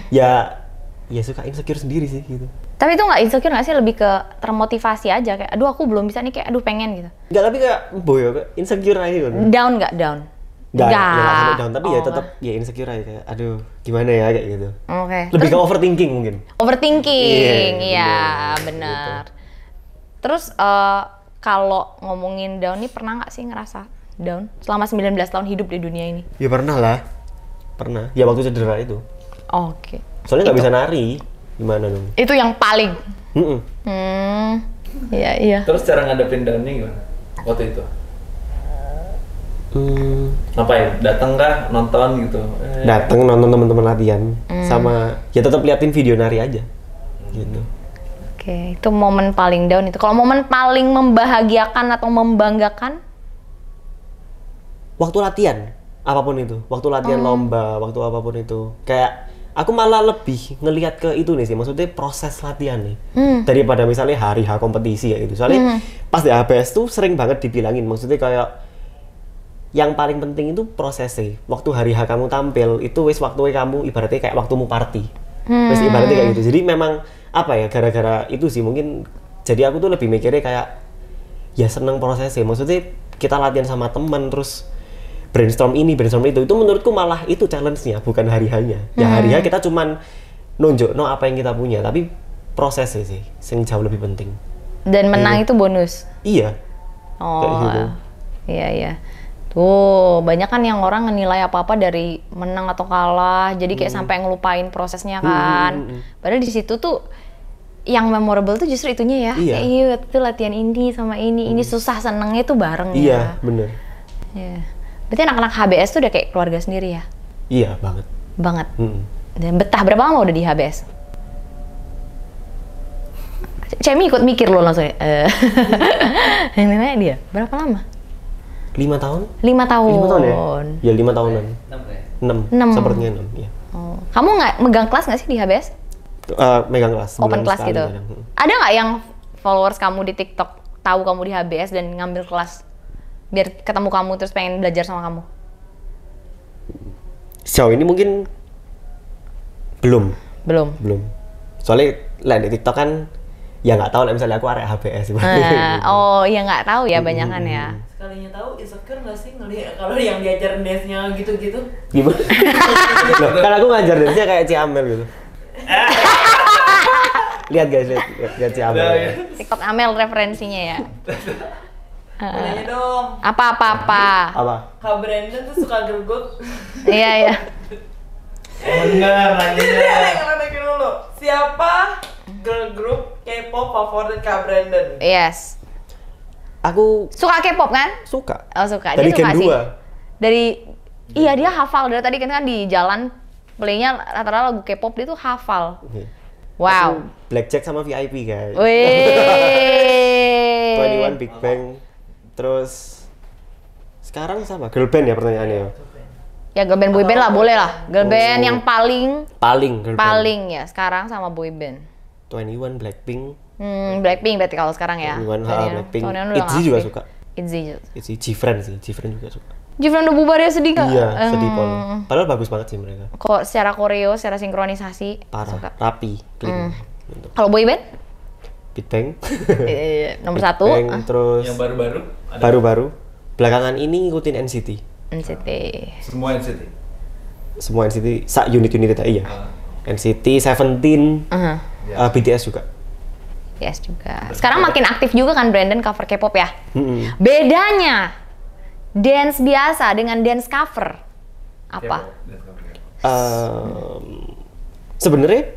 ya suka insecure sendiri sih gitu. Tapi itu nggak insecure nggak sih, lebih ke termotivasi aja kayak aduh aku belum bisa nih, kayak aduh pengen gitu. Enggak, tapi kayak boyo kayak insecure aja gitu. Down nggak down? Enggak, ya nggak sampai down, tapi ya Oh, tetap ya insecure aja kayak aduh gimana ya kayak gitu. Oke. Lebih ke overthinking mungkin. Overthinking, Iya, iya bener, benar. Terus kalau ngomongin down nih, pernah nggak sih ngerasa down selama 19 tahun hidup di dunia ini? Ya pernah lah. Pernah. Ya waktu cedera itu. Oke. Soalnya nggak bisa nari. Gimana dong? Itu yang paling. Mm-mm. Iya. Terus cara ngadepin down-nya gimana? Waktu itu? Hmm, Ngapain? Datang kah? Nonton gitu? dateng nonton teman-teman latihan sama ya tetap liatin video nari aja. Gitu. Oke, itu momen paling down itu. Kalau momen paling membahagiakan atau membanggakan? Waktu latihan, apapun itu. Waktu latihan lomba, waktu apapun itu. Kayak aku malah lebih ngelihat ke itu nih sih, maksudnya proses latihan nih. Daripada misalnya hari H kompetisi ya gitu. Soalnya pas di ABS tuh sering banget dibilangin, maksudnya kayak yang paling penting itu prosesnya. Waktu hari H kamu tampil itu wis waktunya kamu ibaratnya kayak waktumu party. Wis ibaratnya kayak gitu. Jadi memang apa ya, gara-gara itu sih mungkin jadi aku tuh lebih mikirnya kayak ya seneng prosesnya. Maksudnya kita latihan sama teman terus brainstorm ini, brainstorm itu menurutku malah itu challenge-nya, bukan hari hanya. Ya hari H kita cuman nunjuk apa yang kita punya, tapi prosesnya sih yang jauh lebih penting. Dan menang itu bonus. Iya. Oh. Kayak gitu. Iya. Tuh, banyak kan yang orang ngenilai apa-apa dari menang atau kalah, jadi kayak sampai ngelupain prosesnya kan. Padahal di situ tuh yang memorable tuh justru itunya ya. Iya. Kayak, iya, itu latihan ini sama ini susah senengnya tuh bareng ya. Iya, bener. Iya. Berarti anak-anak HBS tuh udah kayak keluarga sendiri ya? Iya, banget. Banget. Dan betah berapa lama udah di HBS? Cemi ikut mikir loh langsung. Yang nanya dia, berapa lama? 5 tahun? 5 tahun. 5 tahun ya? Ya 5 tahunan. 6. Sepertinya 6, ya. Oh. Kamu nggak megang kelas nggak sih di HBS? Megang kelas. Open kelas gitu. Kadang. Ada nggak yang followers kamu di TikTok tahu kamu di HBS dan ngambil kelas biar ketemu kamu terus pengen belajar sama kamu? Sejauh ini mungkin belum. Soalnya lah di TikTok kan ya nggak tahu lah misalnya aku arek HBS. Oh ya nggak tahu ya banyakan ya. Sekalinya tahu insecure nggak sih ngelihat kalau yang diajarin dance-nya gitu-gitu? Gimana? Loh, kan aku ngajar dance-nya kayak Ciamel gitu. Lihat guys, lihat Ciamel. TikTok Amel referensinya ya. Nanya dong. Apa? Kak Brandon tuh suka girl group. Iya. Enggak, nanya. Nanya dulu. Siapa girl group K-pop favorit Kak Brandon? Yes. Aku Suka K-pop kan? suka. Oh suka. Dari Dia suka Gen sih. 2. Iya dia hafal dari tadi kan di jalan playnya rata-rata lagu K-pop dia tuh hafal. Wow. Blackjack sama VIP guys. Wih. 21 Big Bang. Terus sekarang sama girl band ya pertanyaannya. Ya girl band boy band lah boleh lah. Girl band yang paling Girl band. ya sekarang sama boy band. 21 Blackpink. Blackpink berarti kalau sekarang ya. 21 Blackpink. Tahun udah ITZY nggak juga aktif. suka. ITZY. Gfriend juga suka. Gfriend udah bubar ya sedih nggak? Iya, sedih pol. Padahal bagus banget sih mereka. Kok secara koreo, secara sinkronisasi Parah, suka. rapi, clean. Gitu. Kalau boy band? Big Bang. Nomor Big 1. Bang, terus Yang baru-baru? Ada? baru-baru. Belakangan ini ngikutin NCT. NCT. Semua NCT. Semua NCT, unit-unit itu iya. NCT, Seventeen, BTS juga. Yes juga. Sekarang makin aktif juga kan Brandon cover K-pop ya. Bedanya dance biasa dengan dance cover apa? Sebenarnya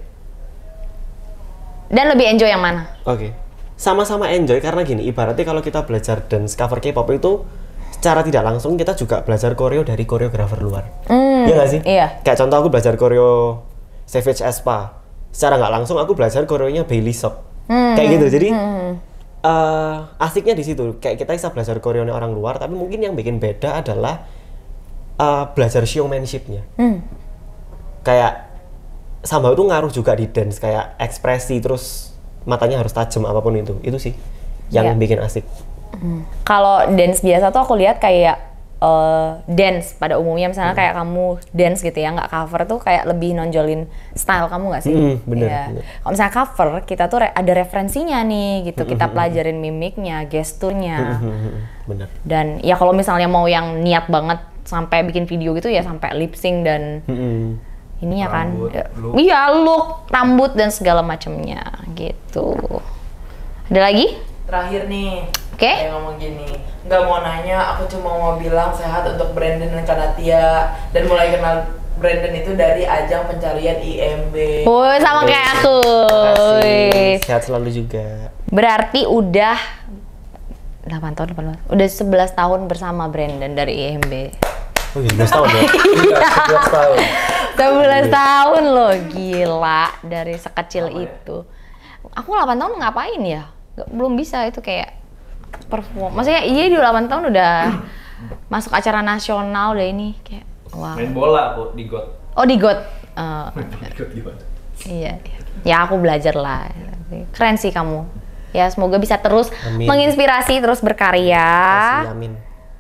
Dan lebih enjoy yang mana? Oke. Sama-sama enjoy karena gini, ibaratnya kalau kita belajar dance cover K-pop itu secara tidak langsung kita juga belajar koreo dari koreografer luar. Iya nggak sih? Iya. Kayak contoh aku belajar koreo Savage Aespa. Secara nggak langsung aku belajar koreonya Bailey Shop. Kayak gitu. Jadi asiknya di situ. Kayak kita bisa belajar koreonya orang luar, tapi mungkin yang bikin beda adalah belajar showmanship-nya. Kayak Sambal itu ngaruh juga di dance, kayak ekspresi, terus matanya harus tajam apapun itu sih yang bikin asik. Kalau dance biasa tuh aku lihat kayak dance pada umumnya misalnya kayak kamu dance gitu ya, nggak cover tuh kayak lebih nonjolin style kamu nggak sih? Bener, ya. bener. Kalau misalnya cover kita tuh ada referensinya nih gitu, kita pelajarin mimiknya, gesturnya. Bener. Dan ya kalau misalnya mau yang niat banget sampai bikin video gitu ya sampai lip sync dan ininya kan, iya look, rambut dan segala macamnya gitu. Ada lagi? Terakhir nih, Oke. Yang ngomong gini, nggak mau nanya, aku cuma mau bilang sehat untuk Brandon dan Kanatia, dan mulai kenal Brandon itu dari ajang pencarian IMB. Woi, sama kayak aku. Woi. Sehat selalu juga. Berarti udah 8 tahun, udah 11 tahun bersama Brandon dari IMB. Oh iya, 11 tahun ya? 11 tahun. 11 tahun loh, gila, dari sekecil itu. Aku 8 tahun ngapain ya? Belum bisa itu kayak perform. Maksudnya iya di 8 tahun udah masuk acara nasional udah ini kayak wow. Main bola aku di GOT. Oh di GOT. Di GOT gimana? Iya. Ya aku belajar lah. Keren sih kamu. Ya semoga bisa terus menginspirasi, terus berkarya. Amin.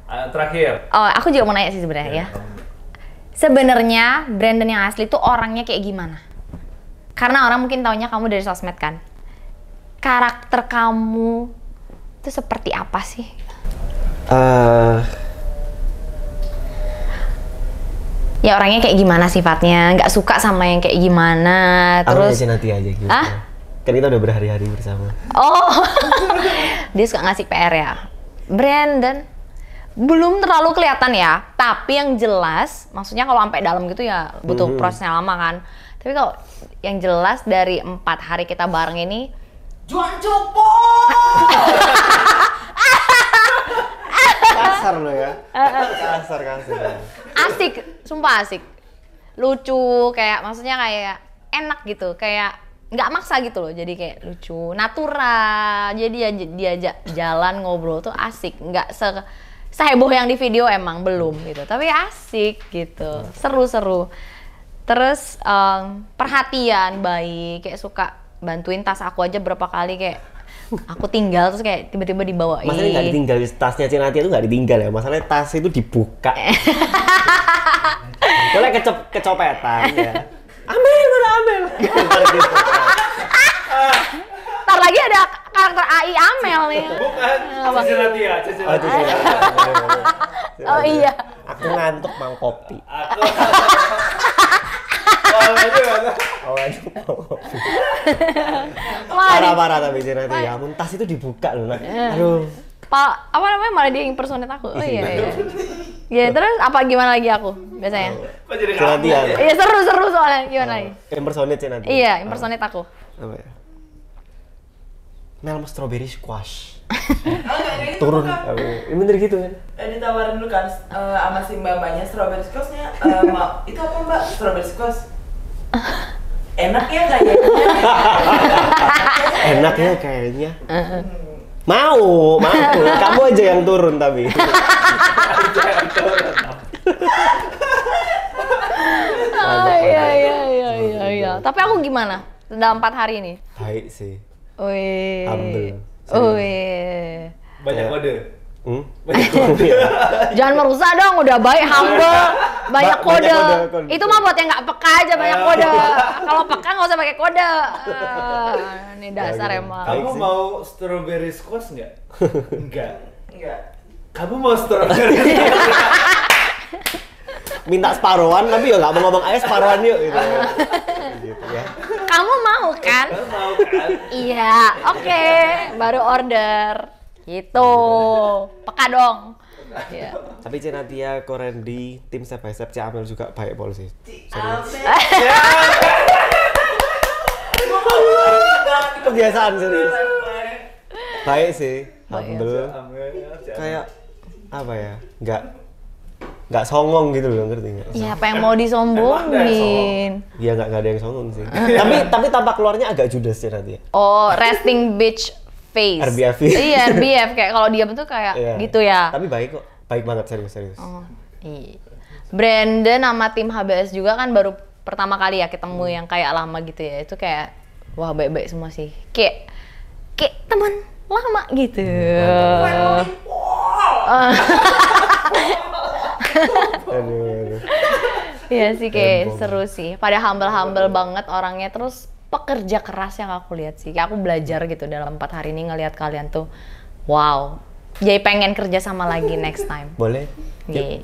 Terakhir. Oh, aku juga mau nanya sih sebenarnya ya. Sebenarnya Brandon yang asli tuh orangnya kayak gimana? Karena orang mungkin taunya kamu dari sosmed kan. Karakter kamu itu seperti apa sih? Ya orangnya kayak gimana sifatnya? Nggak suka sama yang kayak gimana? Terus nanti aja gitu. Kan kita udah berhari-hari bersama. Oh, dia suka ngasih PR ya. Brandon belum terlalu kelihatan ya, tapi yang jelas, maksudnya kalau sampai dalam gitu ya butuh prosesnya lama kan. Tapi kalau yang jelas dari 4 hari kita bareng ini, Juan Cupo. Kasar lo ya. Kasar. asik, sumpah asik, lucu, kayak maksudnya kayak enak gitu, kayak nggak maksa gitu loh, jadi kayak lucu, natural. Jadi diajak jalan ngobrol tuh asik, nggak seheboh yang di video emang belum gitu, tapi asik gitu, seru-seru. Terus perhatian baik, kayak suka bantuin tas aku aja berapa kali kayak aku tinggal terus kayak tiba-tiba dibawain. Masalahnya nggak ditinggal, tasnya Cinatia itu nggak ditinggal ya, masalahnya tas itu dibuka. Boleh kecopetan ya. Amel, mana Amel? Ntar lagi ada karakter AI Amel nih. Bukan. Cinatia. Oh iya. Aku ngantuk mau kopi. Aku. Aduh, mau kopi. Parah tapi Cinatia. Ya ampun, tas itu dibuka loh. Aduh. Pak, apa namanya, malah dia impersonate aku. Oh iya. Ya terus apa gimana lagi aku biasanya? Kok jadi Cinatia. Iya seru soalnya, gimana lagi? Impersonate Cinatia. Iya, impersonate aku. Apa ya? Mel strawberry squash. Enggak, Turun. Kan. Ini bener gitu kan? Ditawarin dulu kan sama si mbak-mbaknya strawberry squash-nya. Itu apa mbak? Strawberry squash. Enak ya kayaknya. Enaknya kayaknya. Mau. Kamu aja yang turun tapi. Iya. Tapi aku gimana dalam 4 hari ini? Baik sih. Wih. Humble. Wih. banyak kode. Banyak kode. Jangan merusak dong, udah baik, humble, banyak kode. Kode. Itu mah buat yang nggak peka aja banyak kode. Kalau peka nggak usah pakai kode. Ini dasar emang. Kamu mau strawberry squash nggak? Enggak. Kamu mau Iya. strawberry? Minta separuhan tapi ya nggak mau ngomong ayo separuhan yuk gitu. Gitu ya. Kamu mau kan? Mau kan? Iya, oke. Baru order. Gitu. Peka dong. Iya. Tapi Cinatia, Korendi, tim Step by Step, Amel juga baik pol sih. Kebiasaan serius. Baik sih, humble. Kayak apa ya? Nggak songong gitu loh, ngerti nggak? Iya, apa yang mau disombongin? Iya nggak ada yang songong sih. tapi tampak keluarnya agak judes Cinatia. Oh, resting bitch face. RBF. Iya, RBF kayak kalau diam tuh kayak Iya. gitu ya. Tapi baik kok, baik banget serius. Oh, iya. Brandon sama tim HBS juga kan baru pertama kali ya ketemu yang kayak lama gitu ya. Itu kayak wah baik-baik semua sih. Kayak teman lama gitu. Aduh. Iya sih kayak seru sih. Pada humble banget orangnya, terus pekerja keras yang aku lihat sih. Kayak aku belajar gitu dalam 4 hari ini ngelihat kalian tuh. Wow. Jadi pengen kerja sama lagi next time. Boleh? Iya.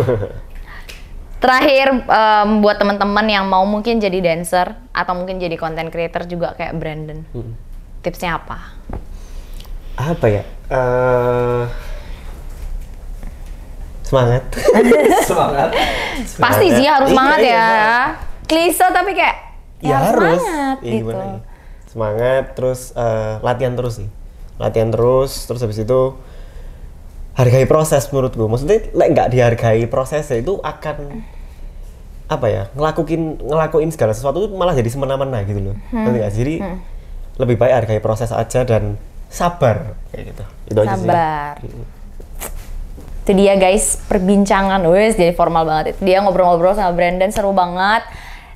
Terakhir buat teman-teman yang mau mungkin jadi dancer atau mungkin jadi content creator juga kayak Brandon. Tipsnya apa? Apa ya? Semangat. Semangat. Pasti sih harus semangat Iya, ya. Klise tapi kayak Ya harus. semangat Ya, gitu. gimana ya? Semangat, terus latihan terus sih. Latihan terus habis itu hargai proses menurutku. Maksudnya nggak dihargai prosesnya itu akan apa ya? Ngelakuin segala sesuatu itu malah jadi semena-mena gitu loh. Ngerti nggak? Jadi lebih baik hargai proses aja dan sabar kayak gitu. Itu aja sih. Sabar. Itu dia guys, perbincangan, wes jadi formal banget. Itu dia ngobrol-ngobrol sama Brandon, seru banget.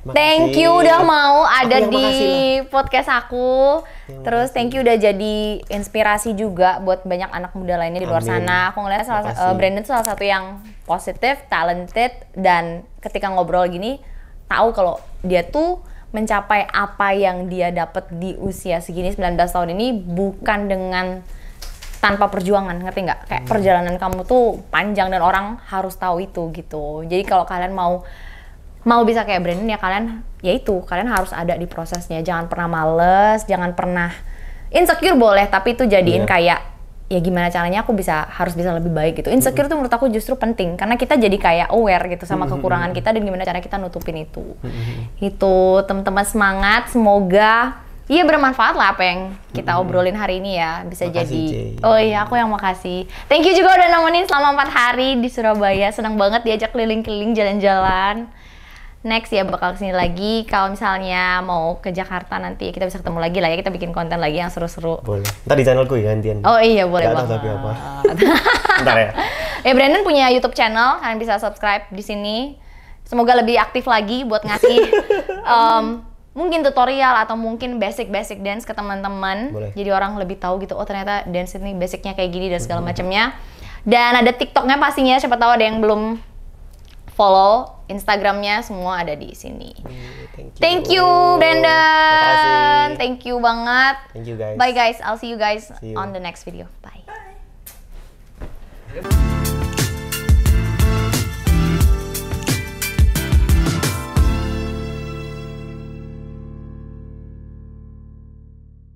Thank you udah mau ada yang di makasih podcast aku. Terus thank you udah jadi inspirasi juga buat banyak anak muda lainnya di luar Amin. sana. Aku ngeliat Brandon salah satu yang positif, talented, dan ketika ngobrol gini tahu kalau dia tuh mencapai apa yang dia dapat di usia segini 19 tahun ini bukan dengan tanpa perjuangan, ngerti nggak? Kayak perjalanan kamu tuh panjang dan orang harus tahu itu gitu. Jadi kalau kalian mau bisa kayak Brandon ya kalian harus ada di prosesnya. Jangan pernah males, jangan pernah insecure boleh, tapi itu jadiin kayak ya gimana caranya aku harus bisa lebih baik gitu. Insecure tuh menurut aku justru penting karena kita jadi kayak aware gitu sama kekurangan kita dan gimana cara kita nutupin itu. Itu teman-teman semangat, semoga bermanfaat lah apa yang kita obrolin hari ini ya. Bisa makasih, jadi Jay. Oh iya, aku yang makasih. Thank you juga udah nemenin selama 4 hari di Surabaya. Senang banget diajak keliling-keliling jalan-jalan. Next ya bakal kesini lagi. Kalau misalnya mau ke Jakarta nanti kita bisa ketemu lagi lah ya. Kita bikin konten lagi yang seru-seru. Boleh. Ntar di channelku ya gantian. Oh iya boleh Nggak tahu banget. tapi apa. Ntar ya. Brandon punya YouTube channel, kalian bisa subscribe di sini. Semoga lebih aktif lagi buat ngasih mungkin tutorial atau mungkin basic dance ke teman-teman. Jadi orang lebih tahu gitu, oh ternyata dance ini basicnya kayak gini dan segala macamnya. Dan ada TikToknya pastinya, siapa tahu ada yang belum follow. Instagramnya semua ada di sini. Thank you Brandon. Makasih. Thank you banget. Thank you guys. Bye guys, I'll see you guys See you. on the next video. Bye.